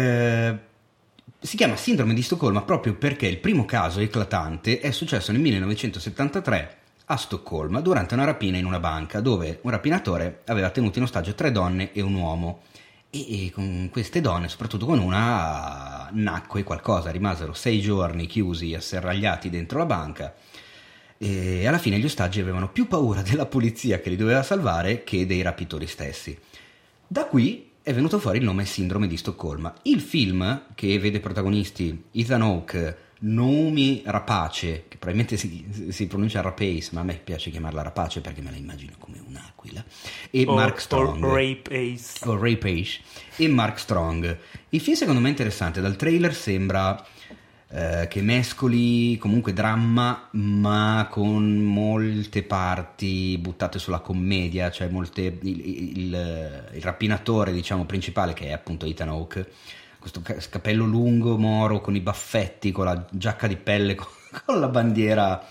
Si chiama Sindrome di Stoccolma proprio perché il primo caso eclatante è successo nel 1973 a Stoccolma durante una rapina in una banca, dove un rapinatore aveva tenuto in ostaggio 3 donne e un uomo, e con queste donne, soprattutto con una, nacque qualcosa. Rimasero 6 giorni chiusi, asserragliati dentro la banca, e alla fine gli ostaggi avevano più paura della polizia che li doveva salvare che dei rapitori stessi. Da qui è venuto fuori il nome Sindrome di Stoccolma. Il film, che vede protagonisti Ethan Hawke, Noomi Rapace, che probabilmente si pronuncia Rapace, ma a me piace chiamarla Rapace perché me la immagino come un'aquila, e Mark Strong. O Rapace. O Rapace e Mark Strong. Il film secondo me è interessante, dal trailer sembra che mescoli comunque dramma, ma con molte parti buttate sulla commedia, cioè il rapinatore, diciamo, principale, che è appunto Ethan Hawke, questo capello lungo, moro, con i baffetti, con la giacca di pelle, con la bandiera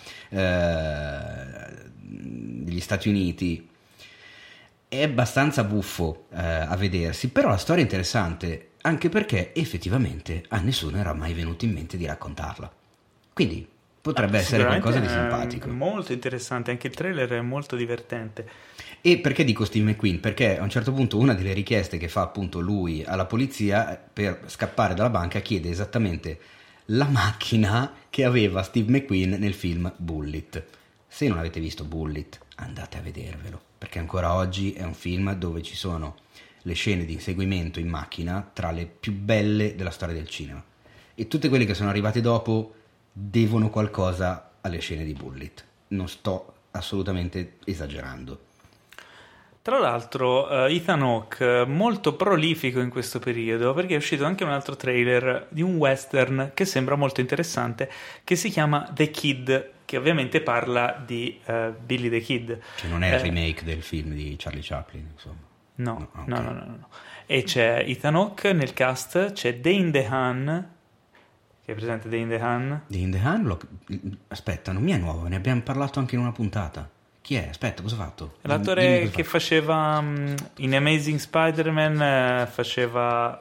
degli Stati Uniti. È abbastanza buffo a vedersi, però la storia è interessante, anche perché effettivamente a nessuno era mai venuto in mente di raccontarla. Quindi potrebbe essere qualcosa di simpatico. Molto interessante, anche il trailer è molto divertente. E perché dico Steve McQueen? Perché a un certo punto una delle richieste che fa appunto lui alla polizia per scappare dalla banca chiede esattamente la macchina che aveva Steve McQueen nel film Bullitt. Se non avete visto Bullitt, andate a vedervelo, perché ancora oggi è un film dove ci sono le scene di inseguimento in macchina tra le più belle della storia del cinema, e tutte quelle che sono arrivate dopo devono qualcosa alle scene di Bullitt. Non sto assolutamente esagerando. Tra l'altro Ethan Hawke molto prolifico in questo periodo, perché è uscito anche un altro trailer di un western che sembra molto interessante, che si chiama The Kid, che ovviamente parla di Billy the Kid, Che non è il remake del film di Charlie Chaplin, insomma. No, No, ok. no. E c'è Ethan Hawke nel cast, c'è Dane DeHaan, che è presente Dane DeHaan? In The Hand, aspetta, non mi è nuovo, ne abbiamo parlato anche in una puntata. Chi è? Aspetta, cosa ha fatto? L'attore Dimmi cosa che fa. faceva in Amazing Spider-Man, faceva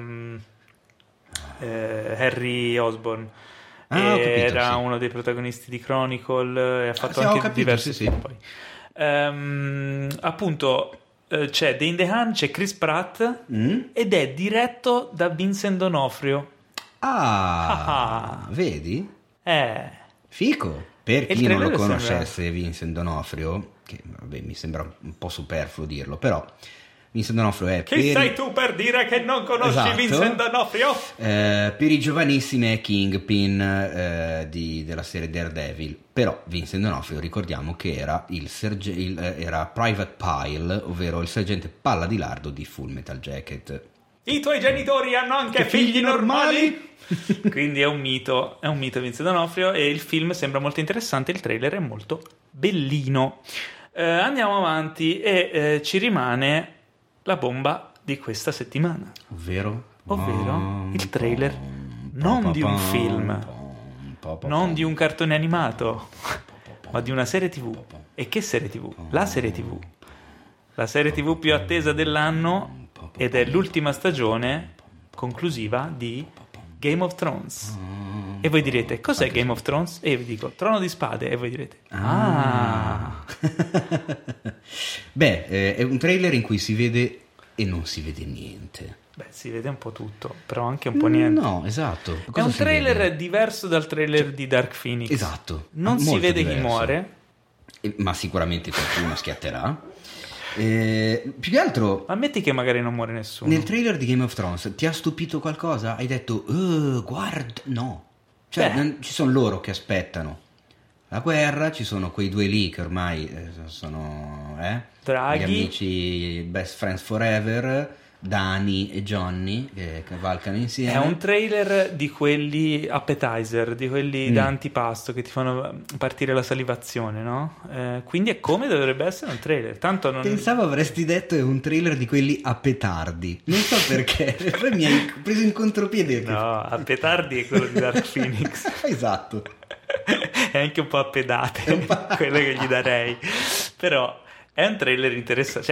Harry Osborn. Ah, ho capito, Era sì. uno dei protagonisti di Chronicle e ha fatto sì, ho anche capito, diversi sì, film sì. poi. Appunto, c'è Dane DeHaan, c'è Chris Pratt ed è diretto da Vincent D'Onofrio. Vedi? Fico. Per E il chi non lo trailer conoscesse Vincent D'Onofrio, che vabbè, mi sembra un po' superfluo dirlo, però Vincent D'Onofrio è... Chi sei tu per dire che non conosci Esatto. Vincent D'Onofrio? Per i giovanissimi è Kingpin della serie Daredevil, però Vincent D'Onofrio ricordiamo che era era Private Pile, ovvero il sergente Palla di Lardo di Full Metal Jacket. I tuoi genitori hanno anche figli normali? Quindi è un mito Vincent D'Onofrio, e il film sembra molto interessante, il trailer è molto bellino. Andiamo avanti e ci rimane la bomba di questa settimana, ovvero il trailer non di un film, non di un cartone animato, ma di una serie TV. E che serie TV? La serie TV più attesa dell'anno, ed è l'ultima stagione conclusiva di Game of Thrones. E voi direte, cos'è Game of Thrones? E io vi dico, Trono di Spade. E voi direte, Beh, è un trailer in cui si vede e non si vede niente. Beh, si vede un po' tutto, però anche un po' niente. No, esatto. È un trailer diverso dal trailer di Dark Phoenix. Esatto. Non si vede diverso. chi muore. Ma sicuramente qualcuno schiatterà. Più che altro, Ammetti che magari non muore nessuno. nel trailer di Game of Thrones ti ha stupito qualcosa? Hai detto, guarda, no. Cioè, ci sono loro che aspettano la guerra, ci sono quei due lì che ormai sono Draghi, gli amici best friends forever, Dani e Johnny, che cavalcano insieme. è un trailer di quelli appetizer, di quelli da antipasto che ti fanno partire la salivazione, no? Quindi è come dovrebbe essere un trailer. Tanto non... Pensavo avresti detto è un trailer di quelli a petardi. Non so perché. Poi mi hai preso in contropiede. No, a petardi è quello di Dark Phoenix. Esatto. È anche un po' a pedate quello che gli darei. Però è un trailer interessante. Cioè,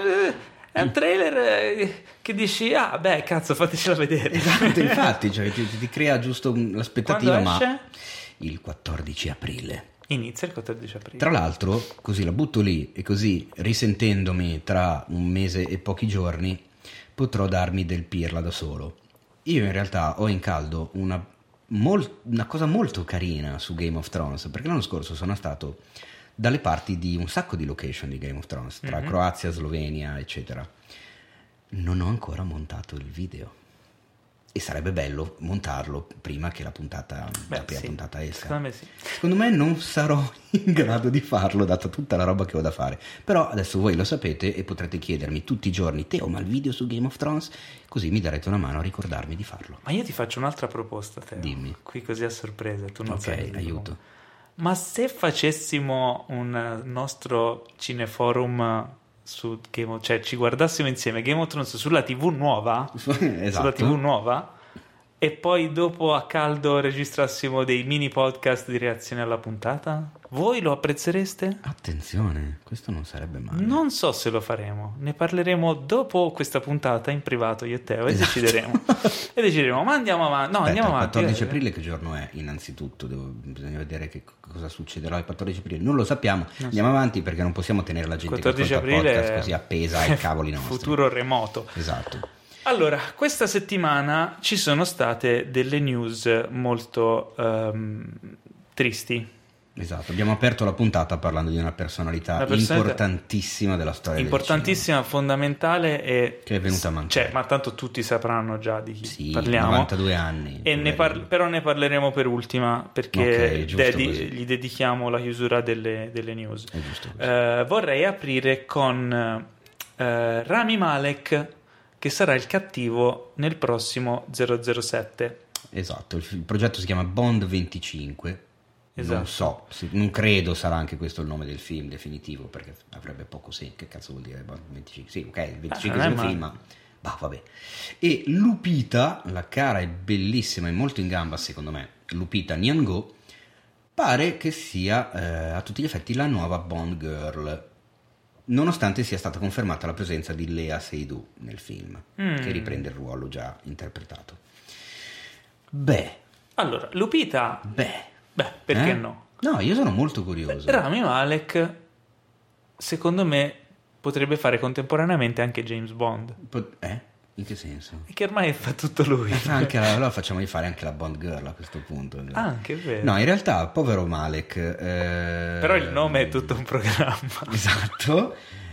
è un trailer che dici, beh, cazzo, fatecela vedere. Esatto, infatti, cioè, ti crea giusto l'aspettativa. Quando esce? Ma il 14 aprile. Inizia il 14 aprile. Tra l'altro, così la butto lì e così, risentendomi tra un mese e pochi giorni, potrò darmi del pirla da solo. Io in realtà ho in caldo una cosa molto carina su Game of Thrones, perché l'anno scorso sono stato dalle parti di un sacco di location di Game of Thrones, tra Croazia, Slovenia, eccetera. Non ho ancora montato il video e sarebbe bello montarlo prima che la prima puntata esca. Secondo me sì. Secondo me non sarò in grado di farlo, data tutta la roba che ho da fare, però adesso voi lo sapete e potrete chiedermi tutti i giorni, Teo, ma il video su Game of Thrones? Così mi darete una mano a ricordarmi di farlo. Ma io ti faccio un'altra proposta, Teo. Dimmi. Qui così a sorpresa, tu non sai. Ok, aiuto. Ma se facessimo un nostro cineforum su Game of, cioè ci guardassimo insieme Game of Thrones sulla TV nuova, Esatto. sulla TV nuova, e poi dopo a caldo registrassimo dei mini podcast di reazione alla puntata, voi lo apprezzereste? Attenzione, questo non sarebbe male. Non so se lo faremo, ne parleremo dopo questa puntata in privato io e Teo, e decideremo, ma andiamo avanti. No, Aspetta, andiamo avanti. Il 14 aprile che giorno è? Innanzitutto bisogna vedere che cosa succederà il 14 aprile. Non lo sappiamo, andiamo avanti perché non possiamo tenere la gente 14 che ascolta aprile podcast così appesa ai cavoli nostri. Futuro remoto. Esatto. Allora, questa settimana ci sono state delle news molto tristi. Esatto, abbiamo aperto la puntata parlando di una personalità importantissima della storia importantissima, fondamentale, e che è venuta a mancare. Cioè, ma tanto tutti sapranno già di chi parliamo. 92 anni. E però ne parleremo per ultima, perché gli dedichiamo la chiusura delle news. È giusto così. Vorrei aprire con Rami Malek, che sarà il cattivo nel prossimo 007. Esatto, il progetto si chiama Bond 25. Esatto. Non credo sarà anche questo il nome del film definitivo, perché avrebbe poco senso. Che cazzo vuol dire Bond 25? Sì, ok, il 25 è un film, ma vabbè. E Lupita, la cara e bellissima e molto in gamba secondo me, Lupita Nyong'o, pare che sia a tutti gli effetti la nuova Bond Girl, nonostante sia stata confermata la presenza di Lea Seydoux nel film, che riprende il ruolo già interpretato. Allora, Lupita... perché no? No, io sono molto curioso. Rami Malek, secondo me, potrebbe fare contemporaneamente anche James Bond. In che senso? E che ormai fa tutto lui. Allora facciamogli fare anche la Bond Girl a questo punto. Anche, è vero. No, in realtà, povero Malek. Però il nome è tutto un programma. Esatto.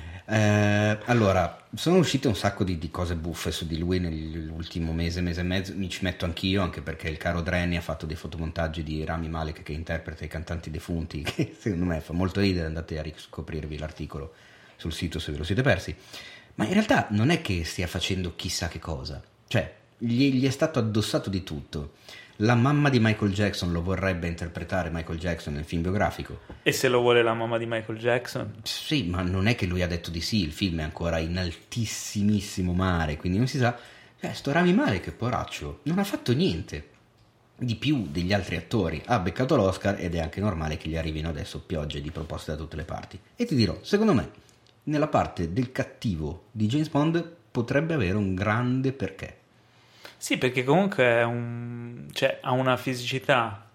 Allora, sono uscite un sacco di cose buffe su di lui nell'ultimo mese e mezzo. Mi ci metto anch'io, anche perché il caro Drenny ha fatto dei fotomontaggi di Rami Malek che interpreta i cantanti defunti, che secondo me fa molto ridere. Andate a riscoprirvi l'articolo sul sito se ve lo siete persi. Ma in realtà non è che stia facendo chissà che cosa, cioè gli è stato addossato di tutto. La mamma di Michael Jackson lo vorrebbe interpretare Michael Jackson nel film biografico. E se lo vuole la mamma di Michael Jackson? Sì, ma non è che lui ha detto di sì, il film è ancora in altissimissimo mare, quindi non si sa. Sto Rami Malek, poraccio, non ha fatto niente di più degli altri attori, ha beccato l'Oscar ed è anche normale che gli arrivino adesso piogge di proposte da tutte le parti. E ti dirò, secondo me, nella parte del cattivo di James Bond potrebbe avere un grande perché. Sì, perché comunque ha una fisicità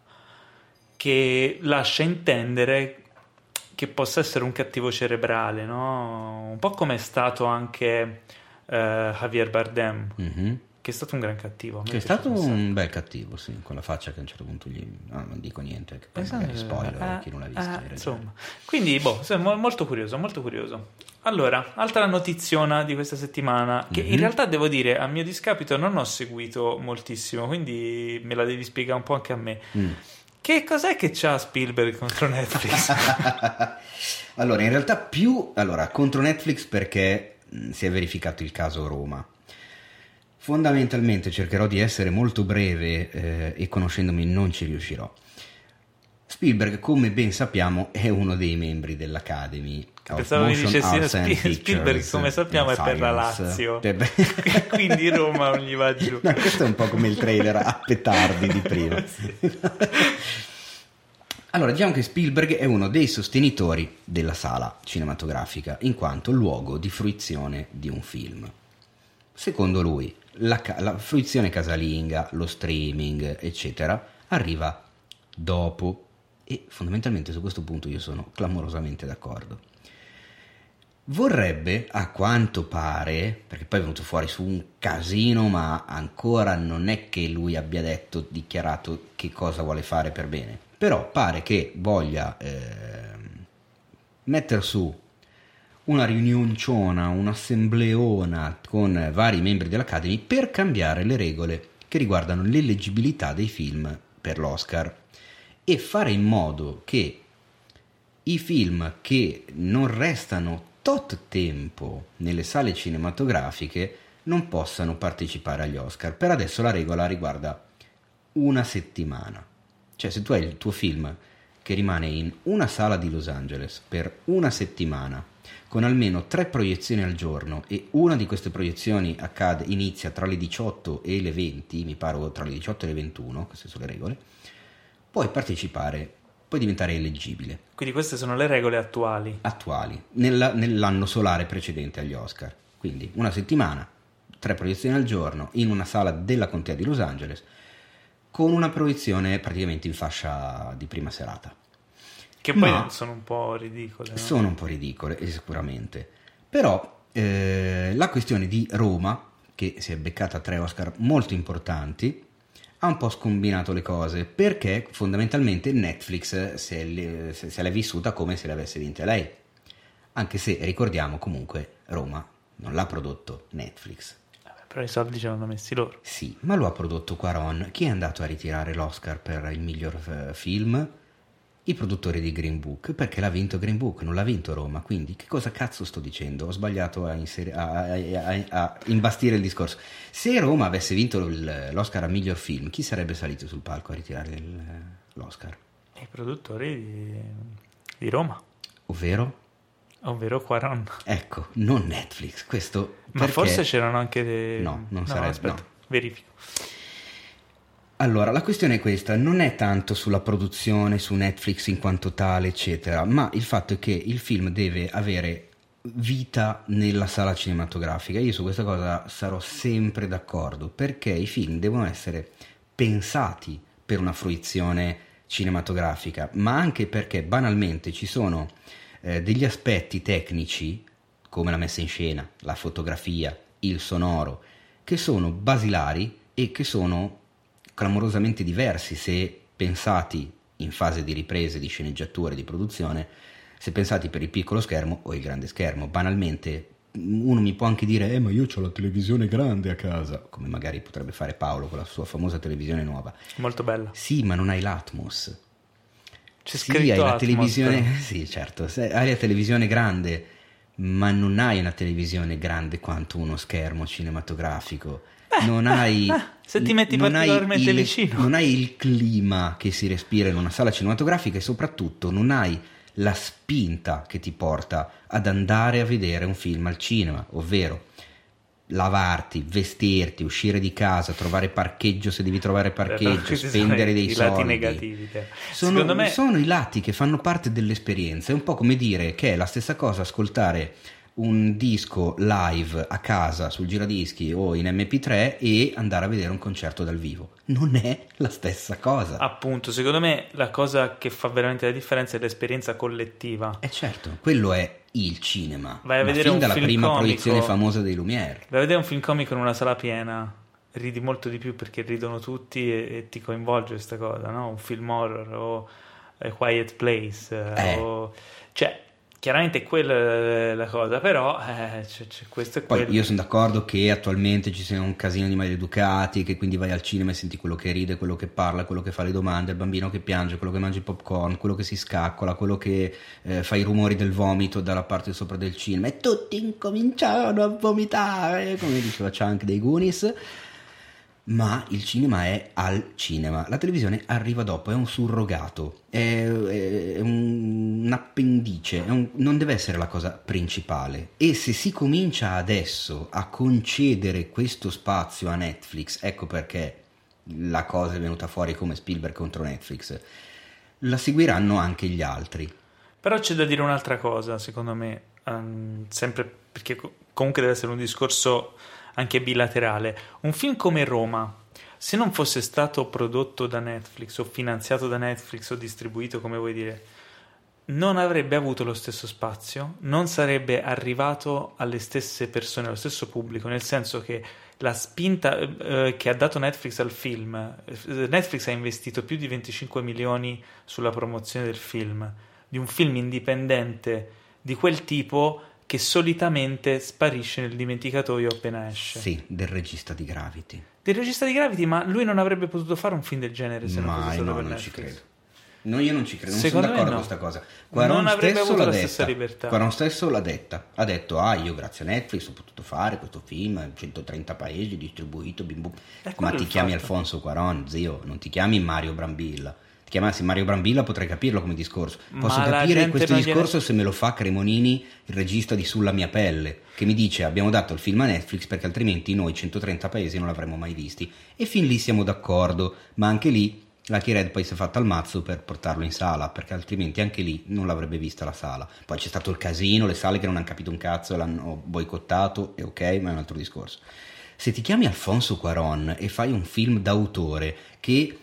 che lascia intendere che possa essere un cattivo cerebrale, no? Un po' come è stato anche Javier Bardem, che è stato un gran cattivo. Che è stato un bel cattivo, sì, con la faccia che a un certo punto non dico niente, che poi magari spoiler chi non l'ha visto. Insomma. Quindi, molto curioso, molto curioso. Allora, altra notiziona di questa settimana, che in realtà devo dire, a mio discapito non ho seguito moltissimo, quindi me la devi spiegare un po' anche a me. Che cos'è che c'ha Spielberg contro Netflix? Allora, in realtà contro Netflix perché si è verificato il caso Roma. Fondamentalmente cercherò di essere molto breve e conoscendomi non ci riuscirò. Spielberg, come ben sappiamo, è uno dei membri dell'Academy of Motion Arts and Pictures. Spielberg, come sappiamo, è per la Lazio. Quindi Roma non gli va giù. No, questo è un po' come il trailer a petardi di prima. Sì. Allora, diciamo che Spielberg è uno dei sostenitori della sala cinematografica, in quanto luogo di fruizione di un film. Secondo lui, la fruizione casalinga, lo streaming, eccetera, arriva dopo. E fondamentalmente su questo punto io sono clamorosamente d'accordo. Vorrebbe, a quanto pare, perché poi è venuto fuori su un casino, ma ancora non è che lui abbia dichiarato che cosa vuole fare per bene, però pare che voglia mettere su una riunionciona, un'assembleona con vari membri dell'Academy per cambiare le regole che riguardano l'eleggibilità dei film per l'Oscar e fare in modo che i film che non restano tot tempo nelle sale cinematografiche non possano partecipare agli Oscar. Per adesso la regola riguarda una settimana. Cioè, se tu hai il tuo film che rimane in una sala di Los Angeles per una settimana, con almeno 3 proiezioni al giorno, e una di queste proiezioni inizia tra le 18 e le 20, mi pare, o tra le 18 e le 21, queste sono le regole, puoi partecipare, puoi diventare eleggibile. Quindi queste sono le regole attuali. Nell'anno solare precedente agli Oscar. Quindi una settimana, 3 proiezioni al giorno, in una sala della contea di Los Angeles, con una proiezione praticamente in fascia di prima serata. Che poi sono un po' ridicole, no? Sono un po' ridicole, sicuramente. Però la questione di Roma, che si è beccata 3 Oscar molto importanti, ha un po' scombinato le cose, perché fondamentalmente Netflix se l'è vissuta come se le avesse vinte lei, anche se ricordiamo comunque Roma non l'ha prodotto Netflix. Però i soldi ce l'hanno messi loro. Sì, ma lo ha prodotto Quaron. Chi è andato a ritirare l'Oscar per il miglior film? I produttori di Green Book, perché l'ha vinto Green Book, non l'ha vinto Roma. Quindi che cosa cazzo sto dicendo? Ho sbagliato a imbastire il discorso. Se Roma avesse vinto l'Oscar a miglior film, chi sarebbe salito sul palco a ritirare l'Oscar? I produttori di Roma. Ovvero Quaron. Ecco, non Netflix. Questo ma perché... forse c'erano anche dei... No, non sarebbe. Aspetta, no. Verifico. Allora, la questione è questa, non è tanto sulla produzione, su Netflix in quanto tale, eccetera, ma il fatto è che il film deve avere vita nella sala cinematografica. Io su questa cosa sarò sempre d'accordo, perché i film devono essere pensati per una fruizione cinematografica, ma anche perché banalmente ci sono degli aspetti tecnici come la messa in scena, la fotografia, il sonoro, che sono basilari e che sono clamorosamente diversi se pensati in fase di riprese, di sceneggiatura e di produzione, se pensati per il piccolo schermo o il grande schermo. Banalmente uno mi può anche dire ma io ho la televisione grande a casa, come magari potrebbe fare Paolo con la sua famosa televisione nuova. Molto bella. Sì, ma non hai l'Atmos. C'è Sì, scritto hai la Atmos, televisione, però. sì, certo, hai la televisione grande, ma non hai una televisione grande quanto uno schermo cinematografico. Non hai se ti metti non particolarmente hai vicino. non hai il clima che si respira in una sala cinematografica e soprattutto non hai la spinta che ti porta ad andare a vedere un film al cinema, ovvero lavarti, vestirti, uscire di casa, trovare parcheggio se devi trovare parcheggio, spendere dei i soldi. lati negativi. Secondo me sono i lati che fanno parte dell'esperienza. È un po' come dire che è la stessa cosa ascoltare un disco live a casa sul giradischi o in MP3 e andare a vedere un concerto dal vivo. Non è la stessa cosa. appunto, secondo me la cosa che fa veramente la differenza è l'esperienza collettiva. Certo, quello è il cinema. Vai a ma vedere fin un dalla film prima comico, proiezione famosa dei Lumière. vai a vedere un film comico in una sala piena, ridi molto di più perché ridono tutti e ti coinvolge questa cosa, no? Un film horror o A Quiet Place cioè chiaramente quella è la cosa, però c'è questo e Poi quello. io sono d'accordo che attualmente ci sia un casino di maleducati, che quindi vai al cinema e senti quello che ride, quello che parla, quello che fa le domande, il bambino che piange, quello che mangia il popcorn, quello che si scaccola, quello che fa i rumori del vomito dalla parte sopra del cinema, e tutti incominciarono a vomitare, come diceva Chunk dei Goonies. Ma il cinema è al cinema, la televisione arriva dopo, è un surrogato, è un appendice, non deve essere la cosa principale. E se si comincia adesso a concedere questo spazio a Netflix, ecco perché la cosa è venuta fuori come Spielberg contro Netflix, la seguiranno anche gli altri. Però c'è da dire un'altra cosa, secondo me, sempre perché comunque deve essere un discorso anche bilaterale. Un film come Roma, se non fosse stato prodotto da Netflix o finanziato da Netflix o distribuito, come vuoi dire, non avrebbe avuto lo stesso spazio, non sarebbe arrivato alle stesse persone, allo stesso pubblico, nel senso che la spinta che ha dato Netflix al film, Netflix ha investito più di 25 milioni sulla promozione del film, di un film indipendente di quel tipo che solitamente sparisce nel dimenticatoio appena esce. Sì, del regista di Gravity. Del regista di Gravity, ma lui non avrebbe potuto fare un film del genere se non fosse stato per non Netflix. ci credo. No, io non ci credo, non Secondo sono d'accordo me no. con questa cosa. Quaron Non avrebbe stesso avuto l'ha la stessa detta. libertà. Quaron stesso l'ha detta. Ha detto, io grazie a Netflix ho potuto fare questo film in 130 paesi, distribuito, bim bum. Ma ti chiami Alfonso Cuarón, zio, non ti chiami Mario Brambilla. Ti chiamassi Mario Brambilla potrei capirlo come discorso. Posso capire questo discorso se me lo fa Cremonini, il regista di Sulla mia pelle, che mi dice abbiamo dato il film a Netflix perché altrimenti noi 130 paesi non l'avremmo mai visti. E fin lì siamo d'accordo, ma anche lì Lucky Red poi si è fatta al mazzo per portarlo in sala, perché altrimenti anche lì non l'avrebbe vista la sala. Poi c'è stato il casino, le sale che non hanno capito un cazzo e l'hanno boicottato, e ok, ma è un altro discorso. Se ti chiami Alfonso Cuarón e fai un film d'autore che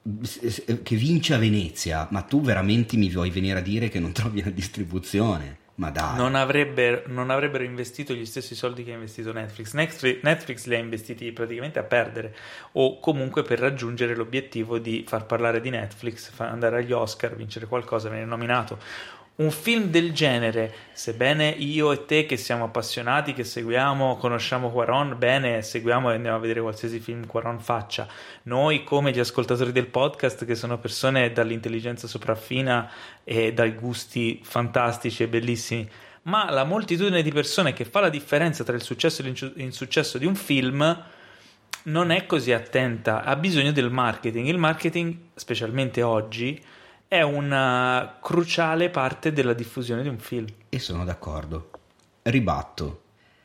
vince a Venezia, ma tu veramente mi vuoi venire a dire che non trovi una distribuzione? Ma dai, non avrebbero investito gli stessi soldi che ha investito Netflix. Netflix li ha investiti praticamente a perdere, o comunque per raggiungere l'obiettivo di far parlare di Netflix, andare agli Oscar, vincere qualcosa, venire nominato. Un film del genere, sebbene io e te che siamo appassionati, che seguiamo, conosciamo Cuarón bene, seguiamo e andiamo a vedere qualsiasi film Cuarón faccia, noi come gli ascoltatori del podcast, che sono persone dall'intelligenza sopraffina e dai gusti fantastici e bellissimi, ma la moltitudine di persone che fa la differenza tra il successo e l'insuccesso di un film non è così attenta, ha bisogno del marketing. Il marketing, specialmente oggi, è una cruciale parte della diffusione di un film. E sono d'accordo. Ribatto.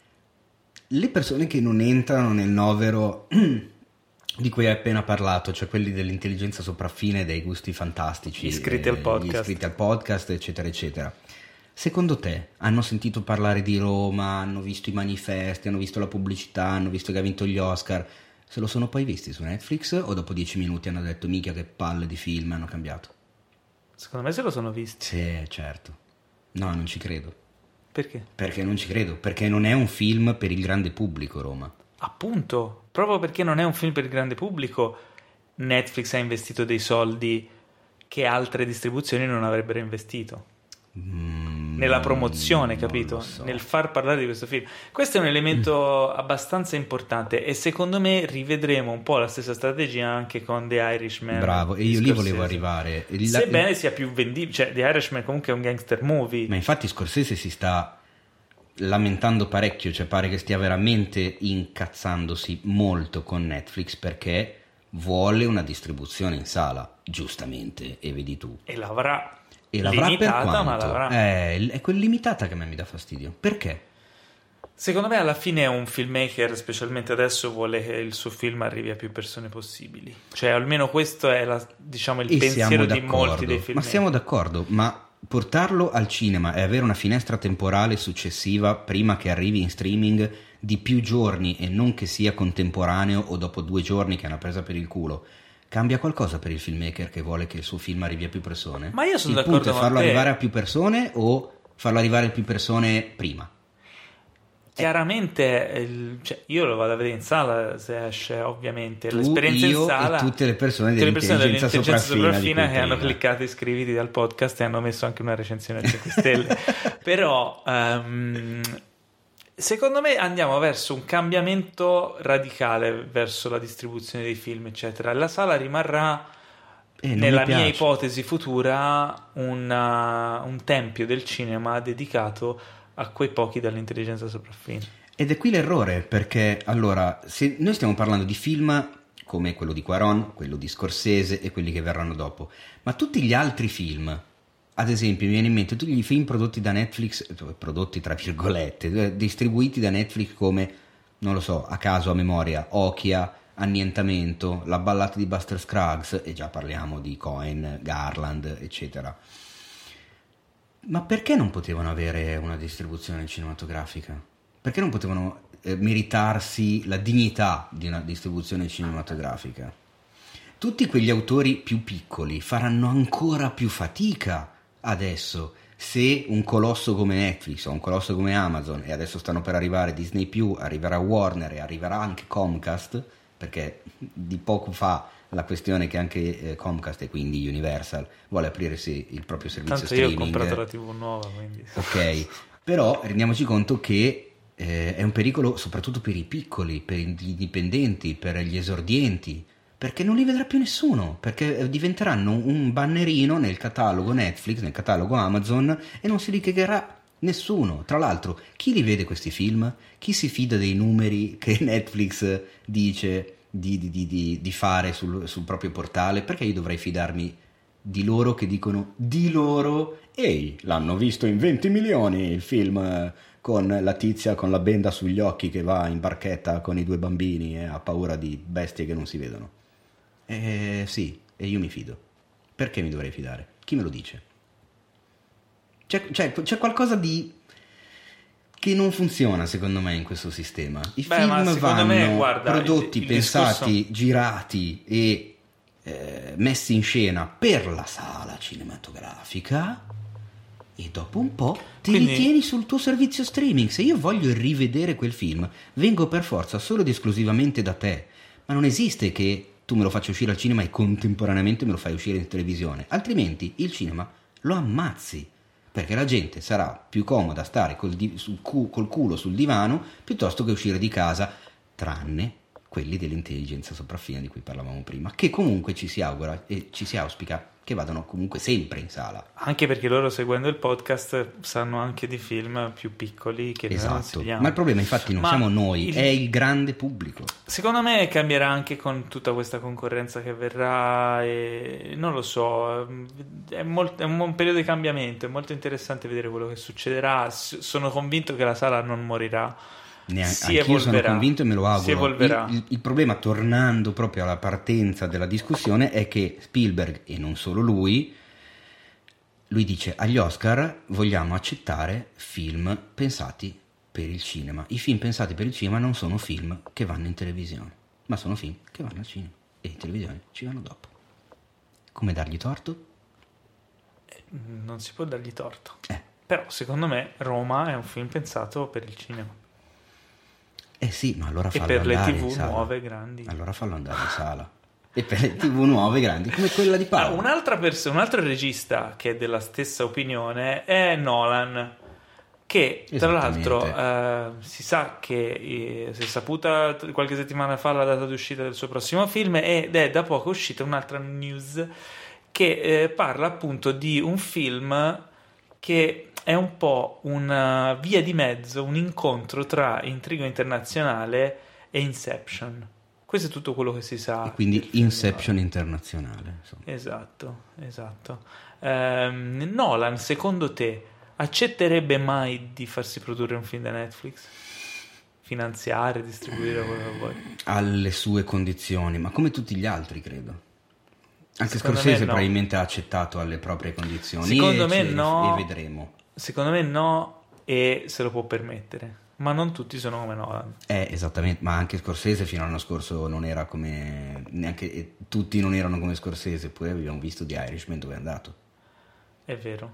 Le persone che non entrano nel novero di cui hai appena parlato, cioè quelli dell'intelligenza sopraffina e dei gusti fantastici, iscritti al podcast, eccetera, eccetera. Secondo te hanno sentito parlare di Roma, hanno visto i manifesti, hanno visto la pubblicità, hanno visto che ha vinto gli Oscar? Se lo sono poi visti su Netflix o dopo 10 minuti hanno detto mica che palle di film, hanno cambiato? Secondo me se lo sono visti. Sì, certo. No, non ci credo. Perché? Perché non ci credo, perché non è un film per il grande pubblico, Roma. Appunto, proprio perché non è un film per il grande pubblico, Netflix ha investito dei soldi che altre distribuzioni non avrebbero investito. Nella promozione, capito? Non lo so. Nel far parlare di questo film. Questo è un elemento abbastanza importante e secondo me rivedremo un po' la stessa strategia anche con The Irishman. Bravo, e io lì volevo arrivare. Sebbene sia più vendibile, cioè The Irishman comunque è un gangster movie. Ma infatti Scorsese si sta lamentando parecchio, cioè pare che stia veramente incazzandosi molto con Netflix perché vuole una distribuzione in sala, giustamente, e vedi tu. E l'avrà. E l'avrà per Limitata, quanto? ma l'avrà. È quella limitata che a me mi dà fastidio. Perché? Secondo me alla fine un filmmaker, specialmente adesso, vuole che il suo film arrivi a più persone possibili. Cioè almeno questo è diciamo il pensiero di molti dei filmmaker. Ma siamo d'accordo, ma portarlo al cinema e avere una finestra temporale successiva prima che arrivi in streaming di più giorni e non che sia contemporaneo o dopo 2 giorni che è una presa per il culo, cambia qualcosa per il filmmaker che vuole che il suo film arrivi a più persone? Ma io sono il d'accordo punto è con farlo te. arrivare a più persone o farlo arrivare a più persone prima? Chiaramente, cioè, io lo vado a vedere in sala se esce, ovviamente. Tu, L'esperienza io in sala. e tutte le persone tutte le persone dell'intelligenza sopraffina di che hanno prima. cliccato iscriviti al podcast e hanno messo anche una recensione a 5 stelle. Però, secondo me andiamo verso un cambiamento radicale verso la distribuzione dei film, eccetera. La sala rimarrà, Non nella mi mia piace. ipotesi futura, un tempio del cinema dedicato a quei pochi dall'intelligenza sopraffina. Ed è qui l'errore, perché allora, se noi stiamo parlando di film come quello di Cuarón, quello di Scorsese e quelli che verranno dopo, ma tutti gli altri film, ad esempio mi viene in mente tutti i film prodotti da Netflix, prodotti tra virgolette, distribuiti da Netflix come, non lo so, a caso, a memoria, Okia, Annientamento, La ballata di Buster Scruggs, e già parliamo di Coen, Garland, eccetera. Ma perché non potevano avere una distribuzione cinematografica? Perché non potevano meritarsi la dignità di una distribuzione cinematografica? Tutti quegli autori più piccoli faranno ancora più fatica adesso se un colosso come Netflix o un colosso come Amazon, e adesso stanno per arrivare Disney+, arriverà Warner e arriverà anche Comcast, perché di poco fa la questione che anche Comcast e quindi Universal vuole aprire il proprio servizio Tanto streaming. io ho comprato la TV nuova, quindi. Ok, però rendiamoci conto che è un pericolo soprattutto per i piccoli, per gli indipendenti, per gli esordienti, perché non li vedrà più nessuno, perché diventeranno un bannerino nel catalogo Netflix, nel catalogo Amazon, e non si richiederà nessuno. Tra l'altro, chi li vede questi film? Chi si fida dei numeri che Netflix dice di fare sul proprio portale? Perché io dovrei fidarmi di loro che dicono di loro: ehi, l'hanno visto in 20 milioni il film con la tizia con la benda sugli occhi che va in barchetta con i 2 bambini e ha paura di bestie che non si vedono. Sì, e io mi fido. Perché mi dovrei fidare? Chi me lo dice? C'è qualcosa che non funziona secondo me in questo sistema. I film vanno guarda, prodotti, il pensati, discorso... girati e messi in scena per la sala cinematografica, e dopo un po' ti ritieni sul tuo servizio streaming. Se io voglio rivedere quel film, vengo per forza solo ed esclusivamente da te. Ma non esiste che tu me lo faccia uscire al cinema e contemporaneamente me lo fai uscire in televisione, altrimenti il cinema lo ammazzi, perché la gente sarà più comoda stare col culo sul divano piuttosto che uscire di casa, tranne quelli dell'intelligenza sopraffina di cui parlavamo prima, che comunque ci si augura e ci si auspica che vadano comunque sempre in sala. Anche perché loro, seguendo il podcast, sanno anche di film più piccoli che noi non seguiamo. Ma il problema infatti non siamo noi, è il grande pubblico. Secondo me cambierà anche con tutta questa concorrenza che verrà, e non lo so, è un periodo di cambiamento, è molto interessante vedere quello che succederà. Sono convinto che la sala non morirà. Anch'io sono convinto e me lo auguro. Si evolverà. Il problema, tornando proprio alla partenza della discussione, è che Spielberg, e non solo lui dice agli Oscar: vogliamo accettare film pensati per il cinema. I film pensati per il cinema non sono film che vanno in televisione, ma sono film che vanno al cinema, e in televisione ci vanno dopo. Come dargli torto? Non si può dargli torto. Però secondo me Roma è un film pensato per il cinema. Sì, ma allora E fallo per le andare in TV sala. nuove, grandi. Allora fallo andare in sala. E per le TV nuove, grandi, come quella di Paolo. Un altro regista che è della stessa opinione è Nolan, che tra l'altro si sa che si è saputa qualche settimana fa la data d'uscita del suo prossimo film, ed è da poco uscita un'altra news che parla appunto di un film che è un po' una via di mezzo, un incontro tra Intrigo Internazionale e Inception. Questo è tutto quello che si sa. E quindi Inception internazionale, insomma. Esatto. Nolan, secondo te, accetterebbe mai di farsi produrre un film da Netflix? Finanziare, distribuire quello che vuoi? Alle sue condizioni, ma come tutti gli altri, credo. Anche Secondo Scorsese me no. probabilmente ha accettato alle proprie condizioni. Secondo me no. E vedremo. Secondo me no, e se lo può permettere. Ma non tutti sono come Nolan. Esattamente, ma anche Scorsese fino all'anno scorso non era come... neanche tutti non erano come Scorsese, poi abbiamo visto The Irishman dove è andato. È vero.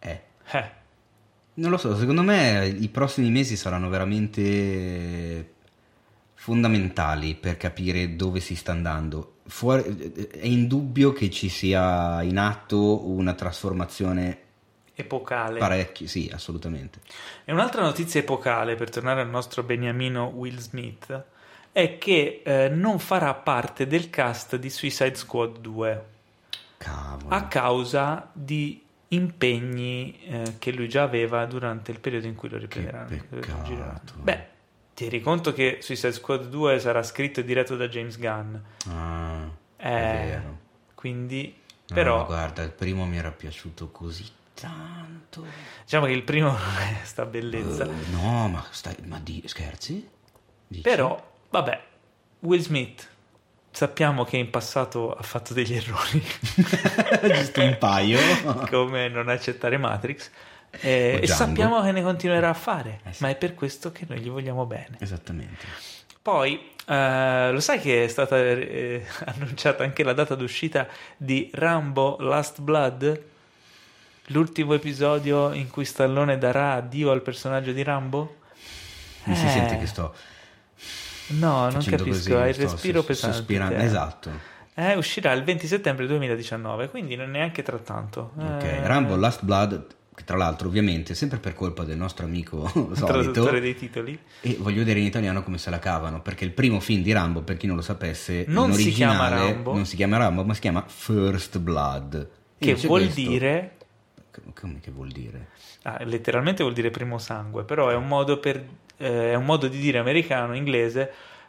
Non lo so, secondo me i prossimi mesi saranno veramente fondamentali per capire dove si sta andando. È indubbio che ci sia in atto una trasformazione epocale. Parecchio, sì, assolutamente. E un'altra notizia epocale, per tornare al nostro beniamino Will Smith, è che non farà parte del cast di Suicide Squad 2. Cavolo. A causa di impegni che lui già aveva durante il periodo in cui lo riprenderanno. Che peccato. Beh, ti rendi conto che Suicide Squad 2 sarà scritto e diretto da James Gunn. È vero. Quindi, No, però... guarda, il primo mi era piaciuto così tanto. Diciamo che il primo non è sta bellezza. No, ma scherzi? Dici? Però, vabbè, Will Smith, sappiamo che in passato ha fatto degli errori. Giusto un paio. Come non accettare Matrix. E sappiamo che ne continuerà a fare. Sì. Ma è per questo che noi gli vogliamo bene. Esattamente. Poi, lo sai che è stata annunciata anche la data d'uscita di Rambo Last Blood? L'ultimo episodio in cui Stallone darà addio al personaggio di Rambo? Mi si sente che sto... No, non capisco, così, hai il respiro pesante. Sospirando. Esatto. Uscirà il 20 settembre 2019, quindi non neanche tra tanto. Ok, Rambo Last Blood, che tra l'altro ovviamente sempre per colpa del nostro amico solito, traduttore dei titoli, e voglio vedere in italiano come se la cavano, perché il primo film di Rambo, per chi non lo sapesse, non in originale si chiama Rambo. non si chiama Rambo, ma si chiama First Blood, che vuol dire... Come che vuol dire? Letteralmente vuol dire primo sangue, però è un modo è un modo di dire americano, inglese,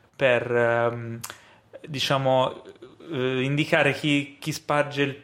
per diciamo indicare chi sparge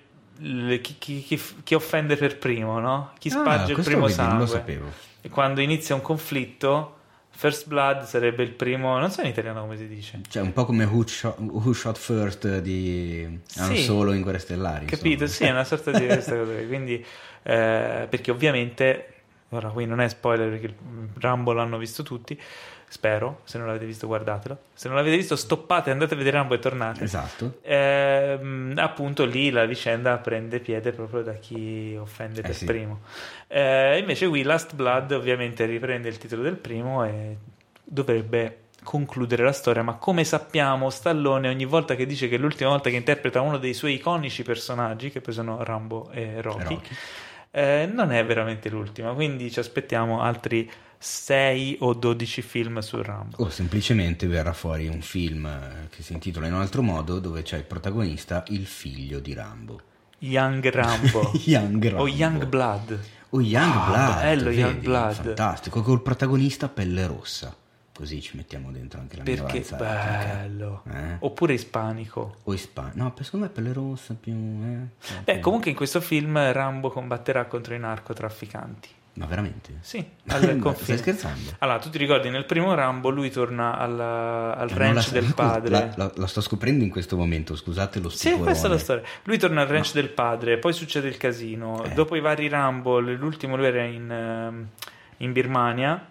chi offende per primo, no? Chi sparge il primo sangue. Non lo sapevo. E quando inizia un conflitto, First Blood sarebbe il primo, non so in italiano come si dice. Cioè un po' come Who Shot First di Han Solo in Guerre Stellari. Capito? Insomma. Sì, è una sorta di questa cosa. Quindi, perché ovviamente, ora qui non è spoiler perché Rambo l'hanno visto tutti, spero, se non l'avete visto guardatelo, se non l'avete visto stoppate, andate a vedere Rambo e tornate. Esatto. Appunto lì la vicenda prende piede proprio da chi offende per sì. primo. Invece qui Last Blood ovviamente riprende il titolo del primo e dovrebbe concludere la storia, ma come sappiamo Stallone ogni volta che dice che è l'ultima volta che interpreta uno dei suoi iconici personaggi, che poi sono Rambo e Rocky. Non è veramente l'ultima, quindi ci aspettiamo altri 6 o 12 film su Rambo. O semplicemente verrà fuori un film che si intitola in un altro modo, dove c'è il protagonista il figlio di Rambo. Young Rambo. Young Rambo. O Young Blood. O Young Blood, bello, vedi? Young Blood. Fantastico, col protagonista pelle rossa. Così ci mettiamo dentro anche la Perché minoranza. bello. Oppure ispanico. O no, secondo me pelle rossa più... Comunque in questo film Rambo combatterà contro i narcotrafficanti. Ma veramente? Sì, al confine. Stai scherzando? Allora, tu ti ricordi nel primo Rambo lui torna al ranch del padre. La sto scoprendo in questo momento, scusate lo stupore. Sì, questa è la storia. Lui torna al ranch del padre, poi succede il casino. Dopo i vari Rambo, l'ultimo lui era in Birmania.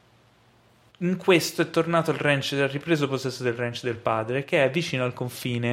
In questo è tornato al ranch, ha ripreso possesso del ranch del padre, che è vicino al confine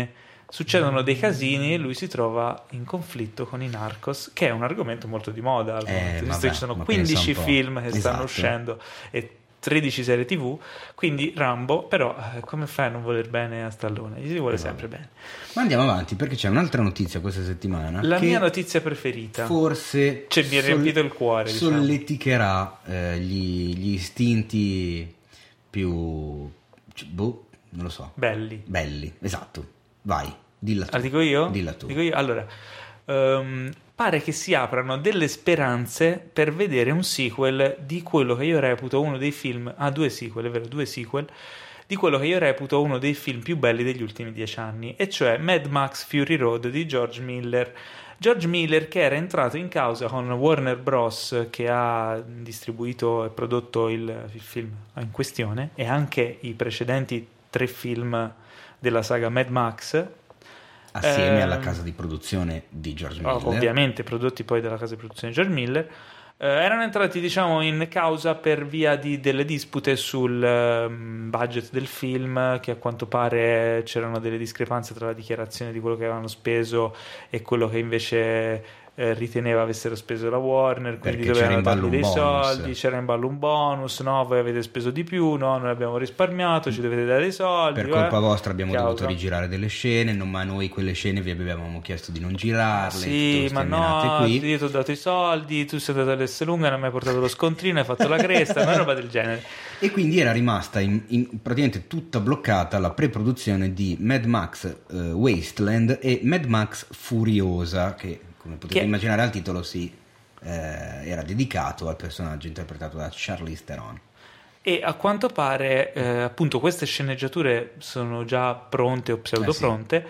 succedono dei casini e lui si trova in conflitto con i narcos, che è un argomento molto di moda al momento, visto che ci sono 15 film che stanno uscendo e 13 serie TV, quindi Rambo, però come fai a non voler bene a Stallone? Gli si vuole sempre bene. Ma andiamo avanti, perché c'è un'altra notizia questa settimana. La mia notizia preferita. Forse mi ha riempito il cuore. Solleticherà gli istinti più... non lo so. Belli, esatto. Vai, dilla tu. Dico io? Dilla tu. Dico io? Allora, pare che si aprano delle speranze per vedere un sequel di quello che io reputo uno dei film... due sequel, è vero, 2 sequel, di quello che io reputo uno dei film più belli degli ultimi 10 anni, e cioè Mad Max Fury Road di George Miller. George Miller, che era entrato in causa con Warner Bros., che ha distribuito e prodotto il film in questione, e anche i precedenti 3 film della saga Mad Max, assieme alla casa di produzione di George Miller, ovviamente prodotti poi dalla casa di produzione di George Miller, erano entrati in causa per via di delle dispute sul budget del film, che a quanto pare c'erano delle discrepanze tra la dichiarazione di quello che avevano speso e quello che invece riteneva avessero speso la Warner, quindi dovevano dargli dei soldi, c'era in ballo un bonus, no, voi avete speso di più, no, noi abbiamo risparmiato, ci dovete dare dei soldi, per colpa vostra abbiamo dovuto rigirare delle scene, ma noi quelle scene vi avevamo chiesto di non girarle, sì, ma no, qui. Io ti ho dato i soldi, tu sei andato all'Esselunga, non mi hai portato lo scontrino, hai fatto la cresta, una roba del genere, e quindi era rimasta praticamente tutta bloccata la pre-produzione di Mad Max Wasteland e Mad Max Furiosa, che come potete immaginare al titolo era dedicato al personaggio interpretato da Charlize Theron. E a quanto pare appunto queste sceneggiature sono già pronte o pseudo pronte.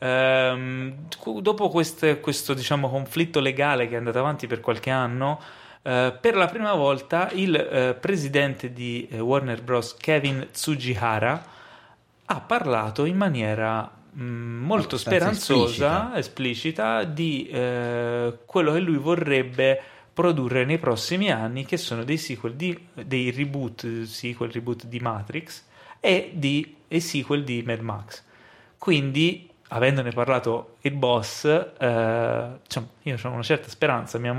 Dopo questo diciamo conflitto legale che è andato avanti per qualche anno, per la prima volta il presidente di Warner Bros., Kevin Tsujihara, ha parlato in maniera molto speranzosa, esplicita di quello che lui vorrebbe produrre nei prossimi anni, che sono dei sequel dei reboot di Matrix e sequel di Mad Max. Quindi, avendone parlato il boss, io ho una certa speranza, mi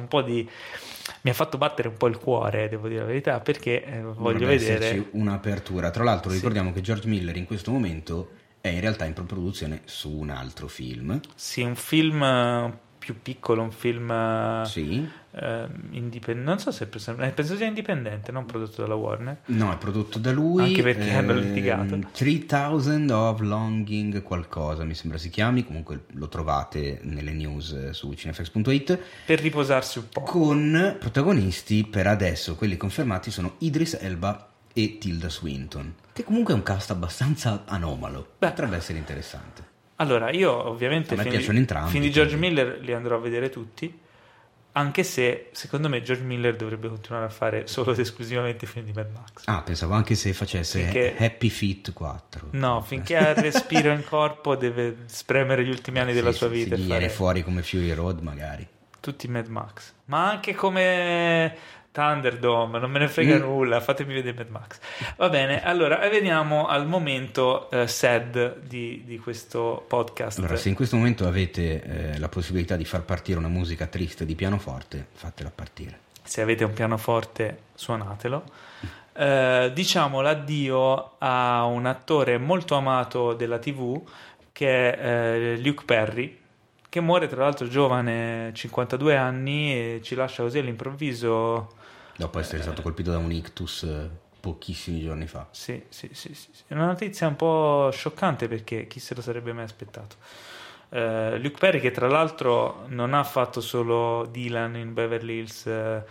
ha fatto battere un po' il cuore, devo dire la verità, perché voglio vedere un'apertura. Tra l'altro ricordiamo che George Miller in questo momento è in realtà in produzione su un altro film. Sì, un film più piccolo, un film indipendente. Non so se penso sia indipendente, non prodotto dalla Warner. No, è prodotto da lui. Anche perché hanno litigato. 3000 of Longing qualcosa, mi sembra si chiami. Comunque lo trovate nelle news su cinefx.it. Per riposarsi un po'. Con protagonisti, per adesso, quelli confermati sono Idris Elba e Tilda Swinton, che comunque è un cast abbastanza anomalo. Potrebbe essere interessante. Allora, io ovviamente film di George Miller li andrò a vedere tutti, anche se secondo me George Miller dovrebbe continuare a fare solo ed esclusivamente film di Mad Max. Pensavo anche se facesse Happy Feet 4. No, finché ha il respiro in corpo deve spremere gli ultimi anni della sua vita. Viene fuori come Fury Road magari. Tutti Mad Max, ma anche come Thunderdome, non me ne frega nulla, fatemi vedere Mad Max. Va bene, allora veniamo al momento sad di questo podcast. Allora, se in questo momento avete la possibilità di far partire una musica triste di pianoforte, fatela partire. Se avete un pianoforte, suonatelo. Diciamo l'addio a un attore molto amato della TV, che è Luke Perry, che muore tra l'altro giovane, 52 anni, e ci lascia così all'improvviso. Dopo essere stato colpito da un ictus pochissimi giorni fa. Sì. È una notizia un po' scioccante, perché chi se lo sarebbe mai aspettato. Luke Perry, che tra l'altro non ha fatto solo Dylan in Beverly Hills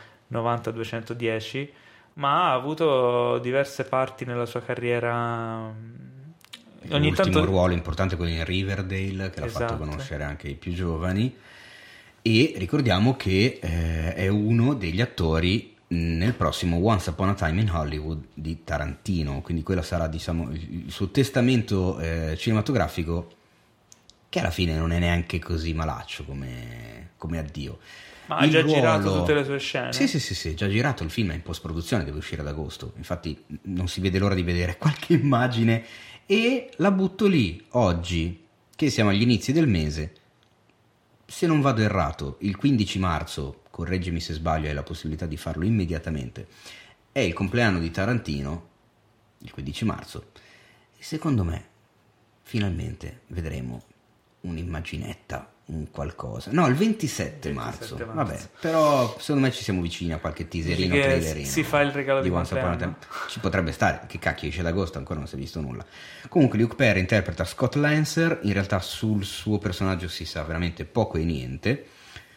90-210, ma ha avuto diverse parti nella sua carriera. L'ultimo ruolo importante, quello in Riverdale, che l'ha fatto conoscere anche i più giovani. E ricordiamo che è uno degli attori nel prossimo Once Upon a Time in Hollywood di Tarantino, quindi quello sarà, diciamo, il suo testamento cinematografico, che alla fine non è neanche così malaccio come addio. Ma ha già girato tutte le sue scene? Sì, già girato. Il film è in post-produzione, deve uscire ad agosto, infatti non si vede l'ora di vedere qualche immagine. E la butto lì, oggi che siamo agli inizi del mese. Se non vado errato, il 15 marzo, correggimi se sbaglio, hai la possibilità di farlo immediatamente, è il compleanno di Tarantino, il 15 marzo, e secondo me finalmente vedremo un'immaginetta, un qualcosa. No, il 27 marzo. Vabbè, però secondo me ci siamo vicini a qualche teaserino, trailerino. Si fa il regalo di Once Upon a Time. Ci potrebbe stare, che cacchio, esce ad agosto, ancora non si è visto nulla. Comunque Luke Perry interpreta Scott Lancer, in realtà sul suo personaggio si sa veramente poco e niente,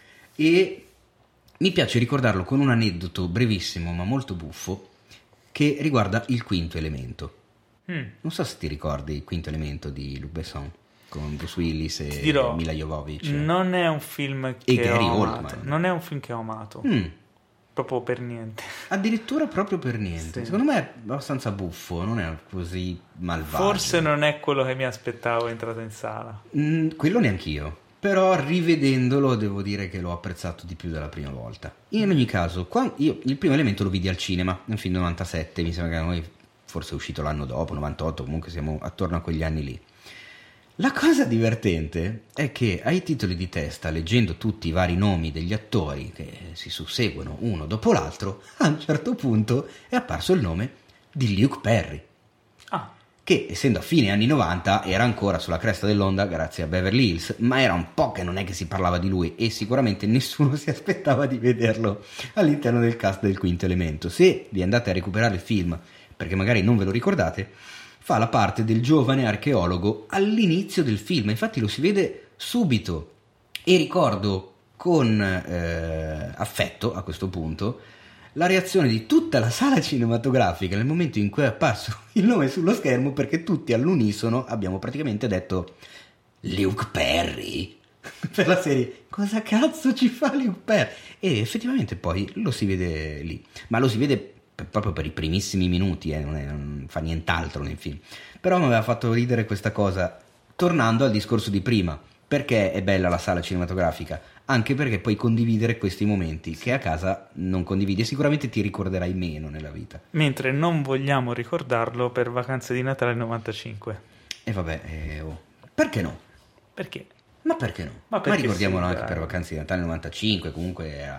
e mi piace ricordarlo con un aneddoto brevissimo ma molto buffo che riguarda il Quinto Elemento. Non so se ti ricordi il Quinto Elemento di Luc Besson con Bruce Willis e Mila Jovovich. Non è un film che ho amato. Non è un film che ho amato. Proprio per niente. Addirittura proprio per niente. Sì. Secondo me è abbastanza buffo, non è così malvagio. Forse non è quello che mi aspettavo entrato in sala. Quello neanch'io. Però rivedendolo devo dire che l'ho apprezzato di più della prima volta. In ogni caso, io il Primo Elemento lo vidi al cinema, è un film 97, mi sembra che noi forse è uscito l'anno dopo, 98, comunque siamo attorno a quegli anni lì. La cosa divertente è che ai titoli di testa, leggendo tutti i vari nomi degli attori che si susseguono uno dopo l'altro, a un certo punto è apparso il nome di Luke Perry, che essendo a fine anni 90 era ancora sulla cresta dell'onda grazie a Beverly Hills, ma era un po' che non è che si parlava di lui e sicuramente nessuno si aspettava di vederlo all'interno del cast del Quinto Elemento. Se vi andate a recuperare il film, perché magari non ve lo ricordate, fa la parte del giovane archeologo all'inizio del film, infatti lo si vede subito, e ricordo con affetto a questo punto la reazione di tutta la sala cinematografica nel momento in cui è apparso il nome sullo schermo, perché tutti all'unisono abbiamo praticamente detto Luke Perry per la serie, cosa cazzo ci fa Luke Perry? E effettivamente poi lo si vede lì, ma lo si vede proprio per i primissimi minuti, non fa nient'altro nel film. Però mi aveva fatto ridere questa cosa, tornando al discorso di prima, perché è bella la sala cinematografica, anche perché puoi condividere questi momenti che a casa non condividi e sicuramente ti ricorderai meno nella vita. Mentre non vogliamo ricordarlo per Vacanze di Natale 95. E vabbè, perché no? Perché? Ma perché no? Ma ricordiamolo anche per Vacanze di Natale 95, comunque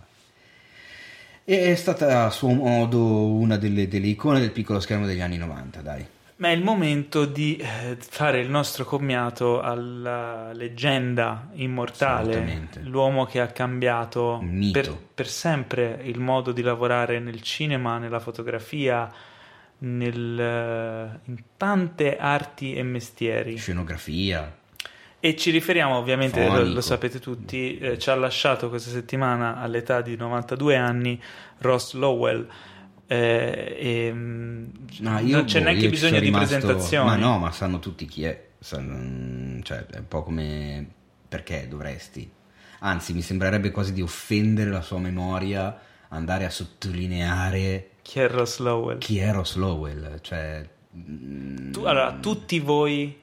è stata a suo modo una delle icone del piccolo schermo degli anni 90, dai. Ma è il momento di fare il nostro commiato alla leggenda immortale, l'uomo che ha cambiato per sempre il modo di lavorare nel cinema, nella fotografia, in tante arti e mestieri. Scenografia. E ci riferiamo ovviamente, fonico. Lo sapete tutti, ci ha lasciato questa settimana all'età di 92 anni Ross Lowell. Non c'è neanche bisogno di presentazioni. Ma sanno tutti chi è. Cioè, è un po' come, perché dovresti? Anzi, mi sembrerebbe quasi di offendere la sua memoria andare a sottolineare chi è Ross Lowell. Cioè, allora, tutti voi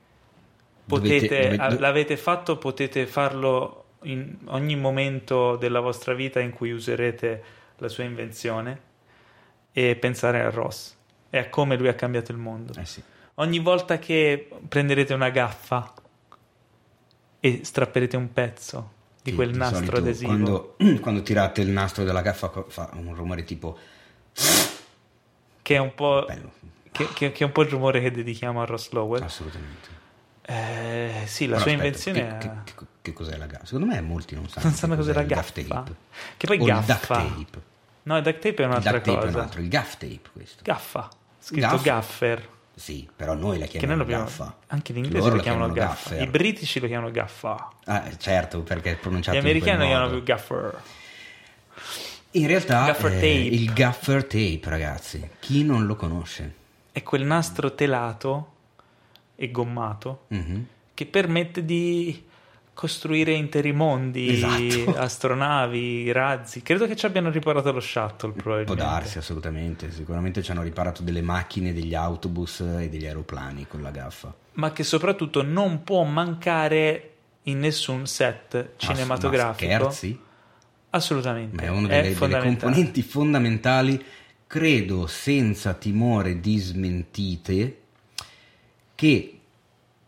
l'avete fatto, potete farlo in ogni momento della vostra vita in cui userete la sua invenzione e pensare a Ross e a come lui ha cambiato il mondo. Sì. Ogni volta che prenderete una gaffa e strapperete un pezzo di quel nastro adesivo, quando tirate il nastro della gaffa fa un rumore tipo che è un po' che è un po' il rumore che dedichiamo a Ross Lowell. Assolutamente. Sì, la sua invenzione che cos'è la gaffa? Secondo me molti non sanno cos'è la gaffa. Che poi gaffa. Il duct tape. No, il duct tape è un'altra cosa. Il gaff tape questo. Gaffa, scritto gaffer. Sì, però noi la chiamiamo gaffa. Anche in inglese lo chiamano gaffa. I britici lo chiamano gaffa. Certo, perché è pronunciato in quel modo. Gli americani lo chiamano più gaffer. In realtà il gaffer tape, ragazzi, chi non lo conosce? È quel nastro telato e gommato che permette di costruire interi mondi, esatto. Astronavi, razzi. Credo che ci abbiano riparato lo shuttle, probabilmente. Può darsi, assolutamente. Sicuramente ci hanno riparato delle macchine, degli autobus e degli aeroplani con la gaffa. Ma che soprattutto non può mancare in nessun set cinematografico. Ma scherzi? Assolutamente. Ma è una delle componenti fondamentali, credo senza timore di smentite, che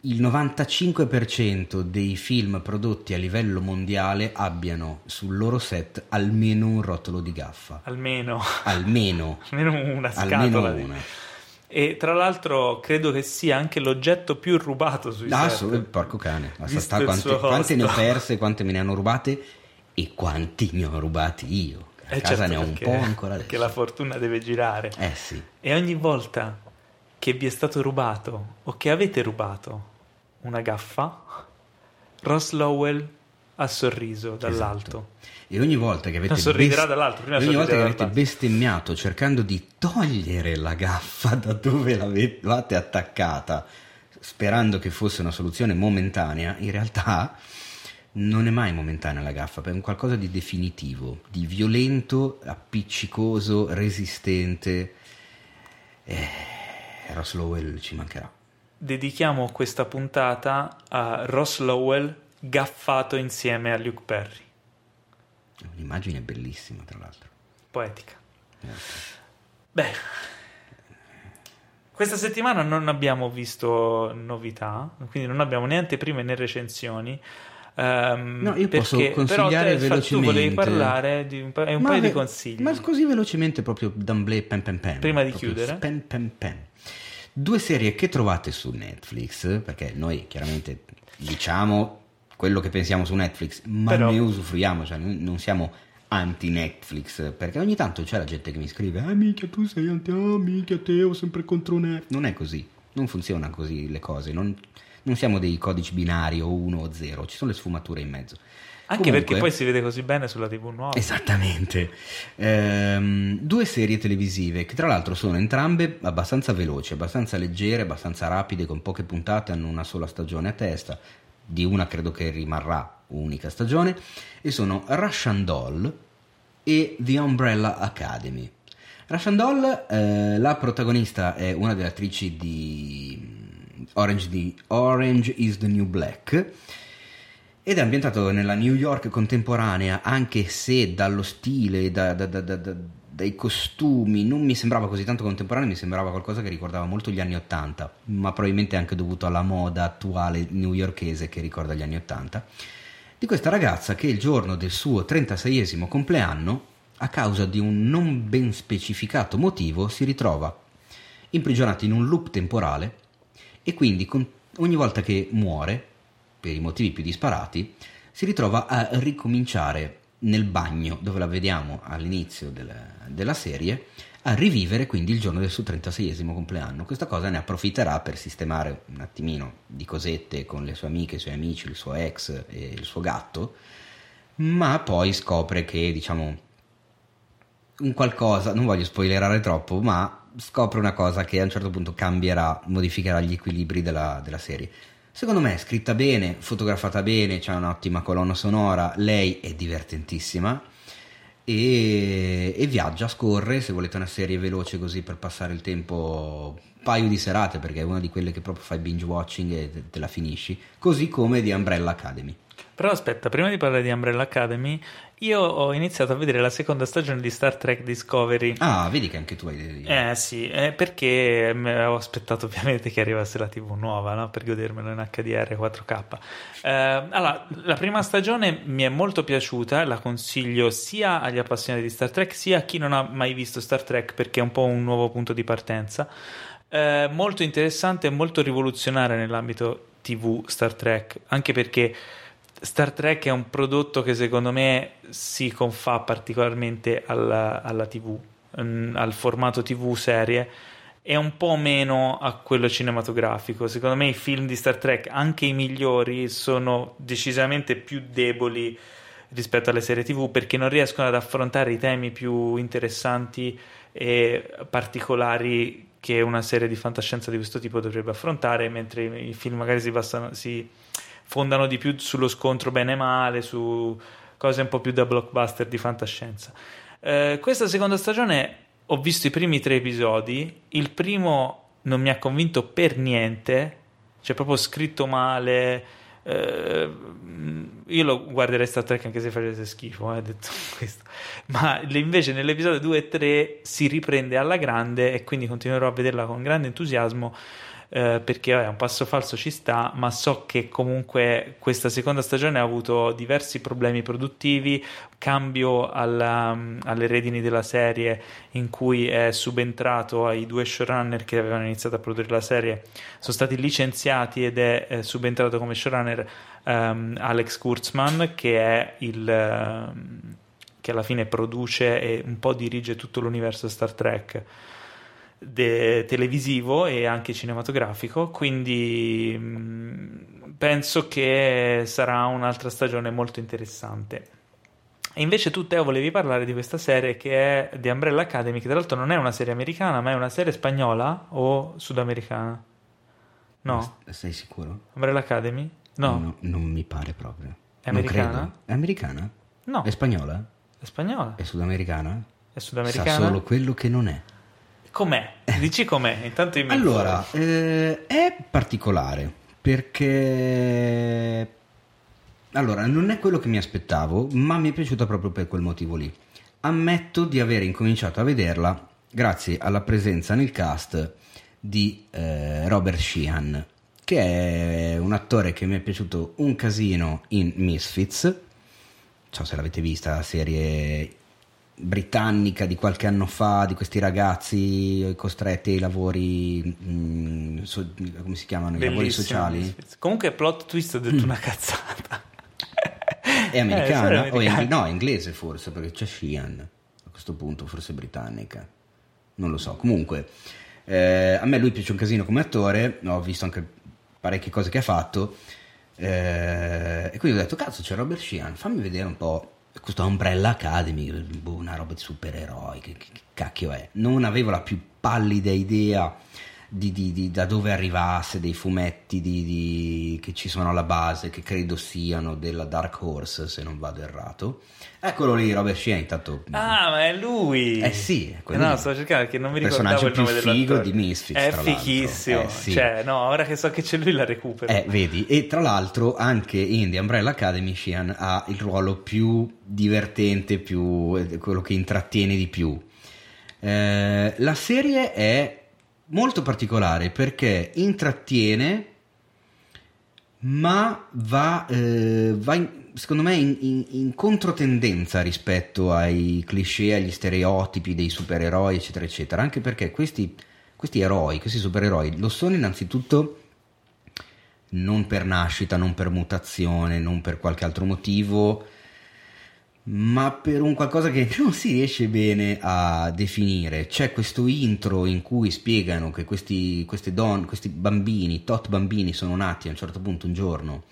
il 95% dei film prodotti a livello mondiale abbiano sul loro set almeno un rotolo di gaffa. Almeno una scatola. Almeno una. E tra l'altro credo che sia anche l'oggetto più rubato sui set. Porco cane. Visto il suo Quante ne ho costo. perse, quante me ne hanno rubate e quanti ne ho rubati io. A casa certo, ne ho un po' ancora adesso. Perché la fortuna deve girare. Sì. E ogni volta che vi è stato rubato o che avete rubato una gaffa, Ross Lowell ha sorriso dall'alto. Esatto. E ogni volta che avete sorriderà dall'alto, prima ogni volta che sorriderà avete dall'alto. bestemmiato cercando di togliere la gaffa da dove l'avevate attaccata, sperando che fosse una soluzione momentanea, in realtà non è mai momentanea la gaffa, è un qualcosa di definitivo, di violento, appiccicoso, resistente. Ross Lowell ci mancherà. Dedichiamo questa puntata a Ross Lowell gaffato insieme a Luke Perry. Un'immagine bellissima, tra l'altro. Poetica. Beh, questa settimana non abbiamo visto novità, quindi non abbiamo né anteprime né recensioni. No, io posso consigliare però tu volevi velocemente. parlare di un paio di consigli. Ma così velocemente, proprio d'emblée, pen. Prima di Proprio chiudere. Pen. 2 serie che trovate su Netflix, perché noi chiaramente diciamo quello che pensiamo su Netflix, ma Però ne usufruiamo, cioè noi non siamo anti-Netflix, perché ogni tanto c'è la gente che mi scrive minchia tu sei minchia te ho sempre contro Netflix. Non è così, non funziona così le cose, non siamo dei codici binari o 1 o 0, ci sono le sfumature in mezzo. anche perché poi si vede così bene sulla TV nuova. Esattamente. 2 serie televisive che tra l'altro sono entrambe abbastanza veloci, abbastanza leggere, abbastanza rapide, con poche puntate, hanno una sola stagione a testa. Di una credo che rimarrà unica stagione, e sono Russian Doll e The Umbrella Academy. Russian Doll, la protagonista è una delle attrici di Orange is the New Black, ed è ambientato nella New York contemporanea, anche se dallo stile, dai costumi non mi sembrava così tanto contemporaneo, mi sembrava qualcosa che ricordava molto gli anni '80, ma probabilmente anche dovuto alla moda attuale newyorkese che ricorda gli anni '80, di questa ragazza che il giorno del suo 36esimo compleanno, a causa di un non ben specificato motivo, si ritrova imprigionata in un loop temporale, e quindi ogni volta che muore, per i motivi più disparati, si ritrova a ricominciare nel bagno dove la vediamo all'inizio della serie, a rivivere quindi il giorno del suo 36esimo compleanno. Questa cosa ne approfitterà per sistemare un attimino di cosette con le sue amiche, i suoi amici, il suo ex e il suo gatto, ma poi scopre che, diciamo, un qualcosa, non voglio spoilerare troppo, ma scopre una cosa che a un certo punto cambierà, modificherà gli equilibri della serie. Secondo me è scritta bene, fotografata bene, c'è un'ottima colonna sonora, lei è divertentissima e viaggia, scorre. Se volete una serie veloce così per passare il tempo, un paio di serate, perché è una di quelle che proprio fai binge watching e te la finisci, così come The Umbrella Academy. Però aspetta, prima di parlare di Umbrella Academy, io ho iniziato a vedere la seconda stagione di Star Trek Discovery. Ah, vedi che anche tu hai Sì, perché avevo aspettato ovviamente che arrivasse la TV nuova, no? Per godermelo in HDR 4K. Allora, la prima stagione mi è molto piaciuta, la consiglio sia agli appassionati di Star Trek sia a chi non ha mai visto Star Trek, perché è un po' un nuovo punto di partenza. Molto interessante e molto rivoluzionaria nell'ambito TV Star Trek, anche perché Star Trek è un prodotto che secondo me si confà particolarmente alla TV, al formato TV serie, e un po' meno a quello cinematografico. Secondo me i film di Star Trek, anche i migliori, sono decisamente più deboli rispetto alle serie TV, perché non riescono ad affrontare i temi più interessanti e particolari che una serie di fantascienza di questo tipo dovrebbe affrontare, mentre i film magari si fondano di più sullo scontro bene e male, su cose un po' più da blockbuster di fantascienza. Questa seconda stagione ho visto i primi 3 episodi, il primo non mi ha convinto per niente, cioè proprio scritto male. Io lo guarderei Star Trek anche se facesse schifo, detto questo, ma invece nell'episodio 2 e 3 si riprende alla grande, e quindi continuerò a vederla con grande entusiasmo. perché un passo falso ci sta, ma so che comunque questa seconda stagione ha avuto diversi problemi produttivi, cambio alle redini della serie, in cui è subentrato ai 2 showrunner che avevano iniziato a produrre la serie, sono stati licenziati ed è subentrato come showrunner Alex Kurtzman, che è che alla fine produce e un po' dirige tutto l'universo Star Trek televisivo e anche cinematografico, quindi penso che sarà un'altra stagione molto interessante. E invece tu, Teo, volevi parlare di questa serie che è The Umbrella Academy, che tra l'altro non è una serie americana, ma è una serie spagnola o sudamericana? No? Sei sicuro? Umbrella Academy? No. Non mi pare proprio. È americana? Non credo. È americana? No. È spagnola? È spagnola. È sudamericana? È sudamericana? Sa solo quello che non è. Com'è? Dici com'è? Intanto io allora, è particolare perché allora non è quello che mi aspettavo, ma mi è piaciuta proprio per quel motivo lì. Ammetto di aver incominciato a vederla grazie alla presenza nel cast di Robert Sheehan, che è un attore che mi è piaciuto un casino in Misfits. Non so se l'avete vista, la serie britannica di qualche anno fa, di questi ragazzi costretti ai lavori come si chiamano? I lavori sociali. Comunque plot twist, ho detto una cazzata. È americana? No, è inglese forse, perché c'è Sheehan a questo punto, forse britannica, non lo so. Comunque a me lui piace un casino come attore, ho visto anche parecchie cose che ha fatto, e quindi ho detto cazzo, c'è Robert Sheehan, fammi vedere un po' questa Umbrella Academy, una roba di supereroi, che cacchio è? Non avevo la più pallida idea di da dove arrivasse, dei fumetti che ci sono alla base, che credo siano della Dark Horse, se non vado errato. Eccolo lì, Robert Sheehan, intanto. Ah, ma è lui! Sì, è quello. No, sto cercando, perché non mi ricordavo il nome dell'attore. Il personaggio più figo di Misfits, è tra fighissimo, l'altro. Sì. Cioè, no, ora che so che c'è lui la recupero. Vedi, e tra l'altro anche in The Umbrella Academy Sheehan ha il ruolo più divertente, più quello che intrattiene di più. La serie è molto particolare perché intrattiene, ma va secondo me in controtendenza rispetto ai cliché, agli stereotipi dei supereroi, eccetera eccetera, anche perché questi eroi, questi supereroi lo sono innanzitutto non per nascita, non per mutazione, non per qualche altro motivo, ma per un qualcosa che non si riesce bene a definire. C'è questo intro in cui spiegano che questi bambini, tot bambini, sono nati a un certo punto un giorno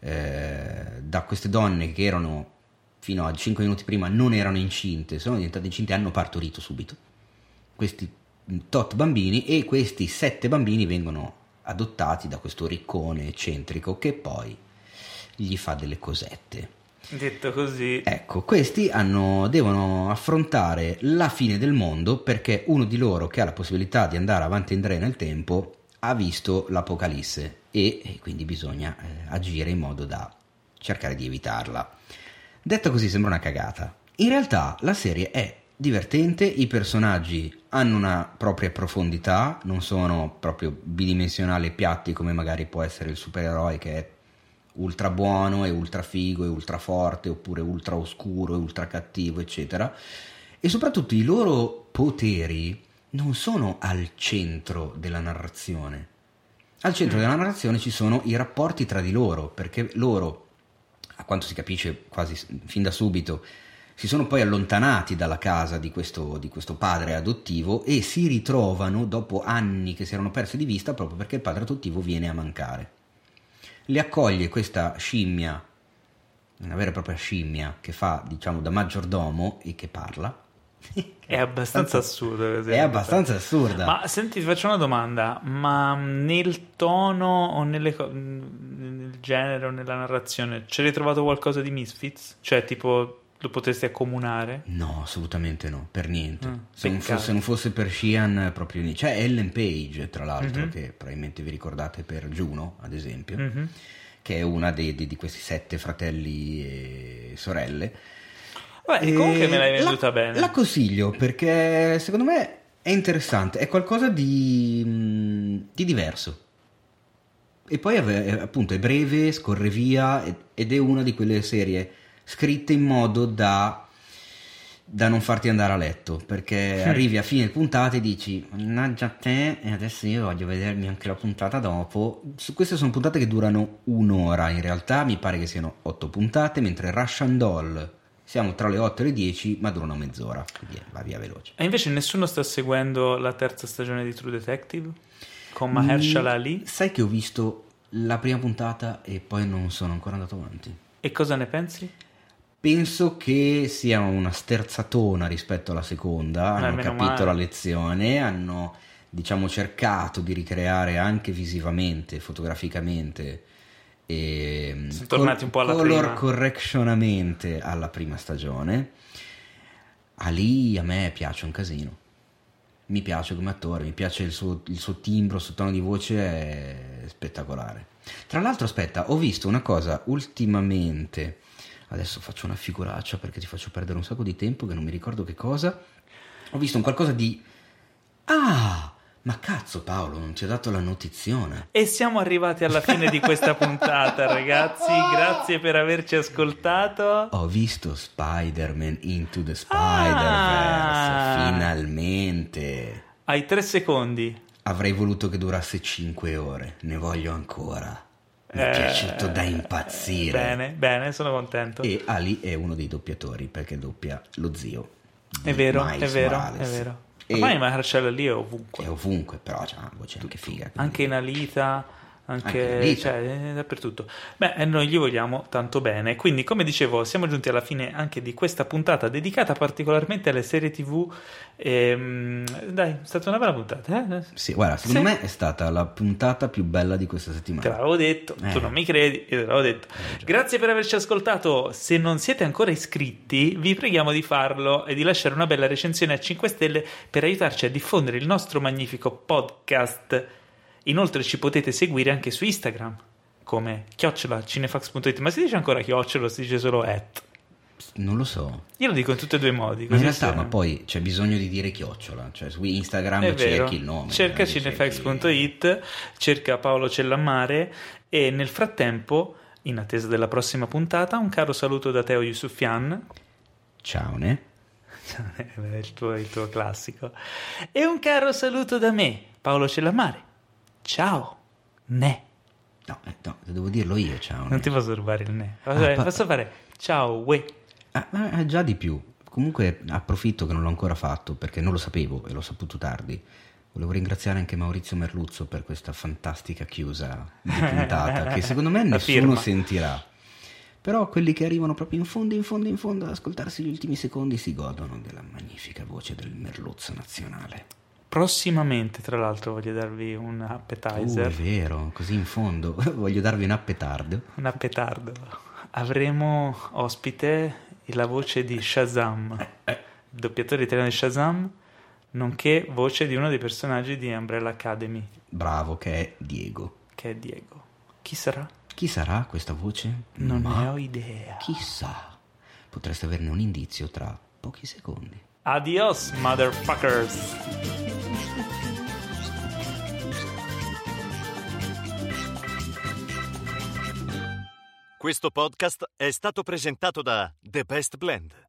da queste donne che erano fino a 5 minuti prima non erano incinte, sono diventate incinte e hanno partorito subito questi tot bambini, e questi 7 bambini vengono adottati da questo riccone eccentrico che poi gli fa delle cosette. Detto così, ecco, questi devono affrontare la fine del mondo perché uno di loro, che ha la possibilità di andare avanti e indietro nel tempo, ha visto l'apocalisse e quindi bisogna agire in modo da cercare di evitarla. Detto così sembra una cagata. In realtà la serie è divertente, i personaggi hanno una propria profondità, non sono proprio bidimensionali e piatti come magari può essere il supereroe che è ultra buono e ultra figo e ultra forte, oppure ultra oscuro e ultra cattivo, eccetera. E soprattutto i loro poteri non sono al centro della narrazione. Al centro della narrazione ci sono i rapporti tra di loro, perché loro, a quanto si capisce quasi fin da subito, si sono poi allontanati dalla casa di questo padre adottivo e si ritrovano dopo anni che si erano persi di vista, proprio perché il padre adottivo viene a mancare. Li accoglie questa scimmia, una vera e propria scimmia, che fa, diciamo, da maggiordomo e che parla. È abbastanza assurdo. È abbastanza assurda. Ma senti, ti faccio una domanda, ma nel tono o nel genere o nella narrazione ci hai trovato qualcosa di Misfits? Cioè, tipo, lo potresti accomunare? No, assolutamente no, per niente. Se non fosse per Sheehan, proprio lì. C'è Ellen Page, tra l'altro, che probabilmente vi ricordate per Juno, ad esempio, che è una di questi 7 fratelli e sorelle. Beh, comunque me l'hai venduta bene. La consiglio perché secondo me è interessante, è qualcosa di diverso. E poi appunto è breve, scorre via ed è una di quelle serie scritte in modo da non farti andare a letto, perché arrivi a fine puntata e dici mannaggia a te, e adesso io voglio vedermi anche la puntata dopo. Queste sono puntate che durano un'ora, in realtà mi pare che siano 8 puntate, mentre Rush and Doll siamo tra le 8 e le 10, ma durano mezz'ora, quindi va via veloce. E invece nessuno sta seguendo la terza stagione di True Detective con Mahershala Ali? Sai che ho visto la prima puntata e poi non sono ancora andato avanti. E cosa ne pensi? Penso che sia una sterzatona rispetto alla seconda, hanno capito la lezione, hanno diciamo cercato di ricreare anche visivamente, fotograficamente e sono tornati un po' alla color prima. correctionamente alla prima stagione. Ali a me piace un casino, mi piace come attore, mi piace il suo timbro, il suo tono di voce è spettacolare. Tra l'altro aspetta, ho visto una cosa ultimamente. Adesso faccio una figuraccia perché ti faccio perdere un sacco di tempo che non mi ricordo che cosa. Ho visto un qualcosa di... Ah, ma cazzo Paolo, non ti ho dato la notizione. E siamo arrivati alla fine di questa puntata, ragazzi. Grazie per averci ascoltato. Ho visto Spider-Man Into the Spider-Verse, finalmente. Hai 3 secondi. Avrei voluto che durasse 5 ore, ne voglio ancora. Mi è piaciuto da impazzire. Bene, sono contento. E Ali è uno dei doppiatori perché doppia lo zio di È vero. E Ormai Mahershala Ali è ovunque. è ovunque, però c'ha una voce anche figa. Quindi... Anche in Alita, anche cioè, dappertutto. Beh, noi gli vogliamo tanto bene. Quindi, come dicevo, siamo giunti alla fine anche di questa puntata dedicata particolarmente alle serie TV. Dai, è stata una bella puntata. Sì, guarda, secondo me è stata la puntata più bella di questa settimana. Te l'avevo detto, tu non mi credi, io te l'avevo detto. Grazie per averci ascoltato. Se non siete ancora iscritti, vi preghiamo di farlo e di lasciare una bella recensione a 5 stelle per aiutarci a diffondere il nostro magnifico podcast. Inoltre ci potete seguire anche su Instagram come @cinefax.it. Ma si dice ancora chiocciola o si dice solo @? Non lo so. Io lo dico in tutti e due i modi. In realtà, ma poi c'è bisogno di dire chiocciola. Cioè su Instagram cerchi il nome. Cerca cinefax.it, cerca Paolo Cellammare e nel frattempo, in attesa della prossima puntata, un caro saluto da Teo Yusufian. Ciao, ne? il tuo classico. E un caro saluto da me, Paolo Cellammare. Ciao, ne. No, devo dirlo io, ciao. Non ti posso rubare il ne. Posso fare ciao, uè. Già di più. Comunque approfitto che non l'ho ancora fatto perché non lo sapevo e l'ho saputo tardi. Volevo ringraziare anche Maurizio Merluzzo per questa fantastica chiusa di puntata che secondo me nessuno sentirà. Però quelli che arrivano proprio in fondo ad ascoltarsi gli ultimi secondi si godono della magnifica voce del Merluzzo nazionale. Prossimamente, tra l'altro, voglio darvi un appetizer. È vero, così in fondo. Voglio darvi un appetardo. Un appetardo. Avremo ospite la voce di Shazam, doppiatore italiano di Shazam, nonché voce di uno dei personaggi di Umbrella Academy. Bravo, che è Diego. Chi sarà? Chi sarà questa voce? Non ne ho idea. Chissà. Potreste averne un indizio tra pochi secondi. Adios, motherfuckers! Questo podcast è stato presentato da The Best Blend.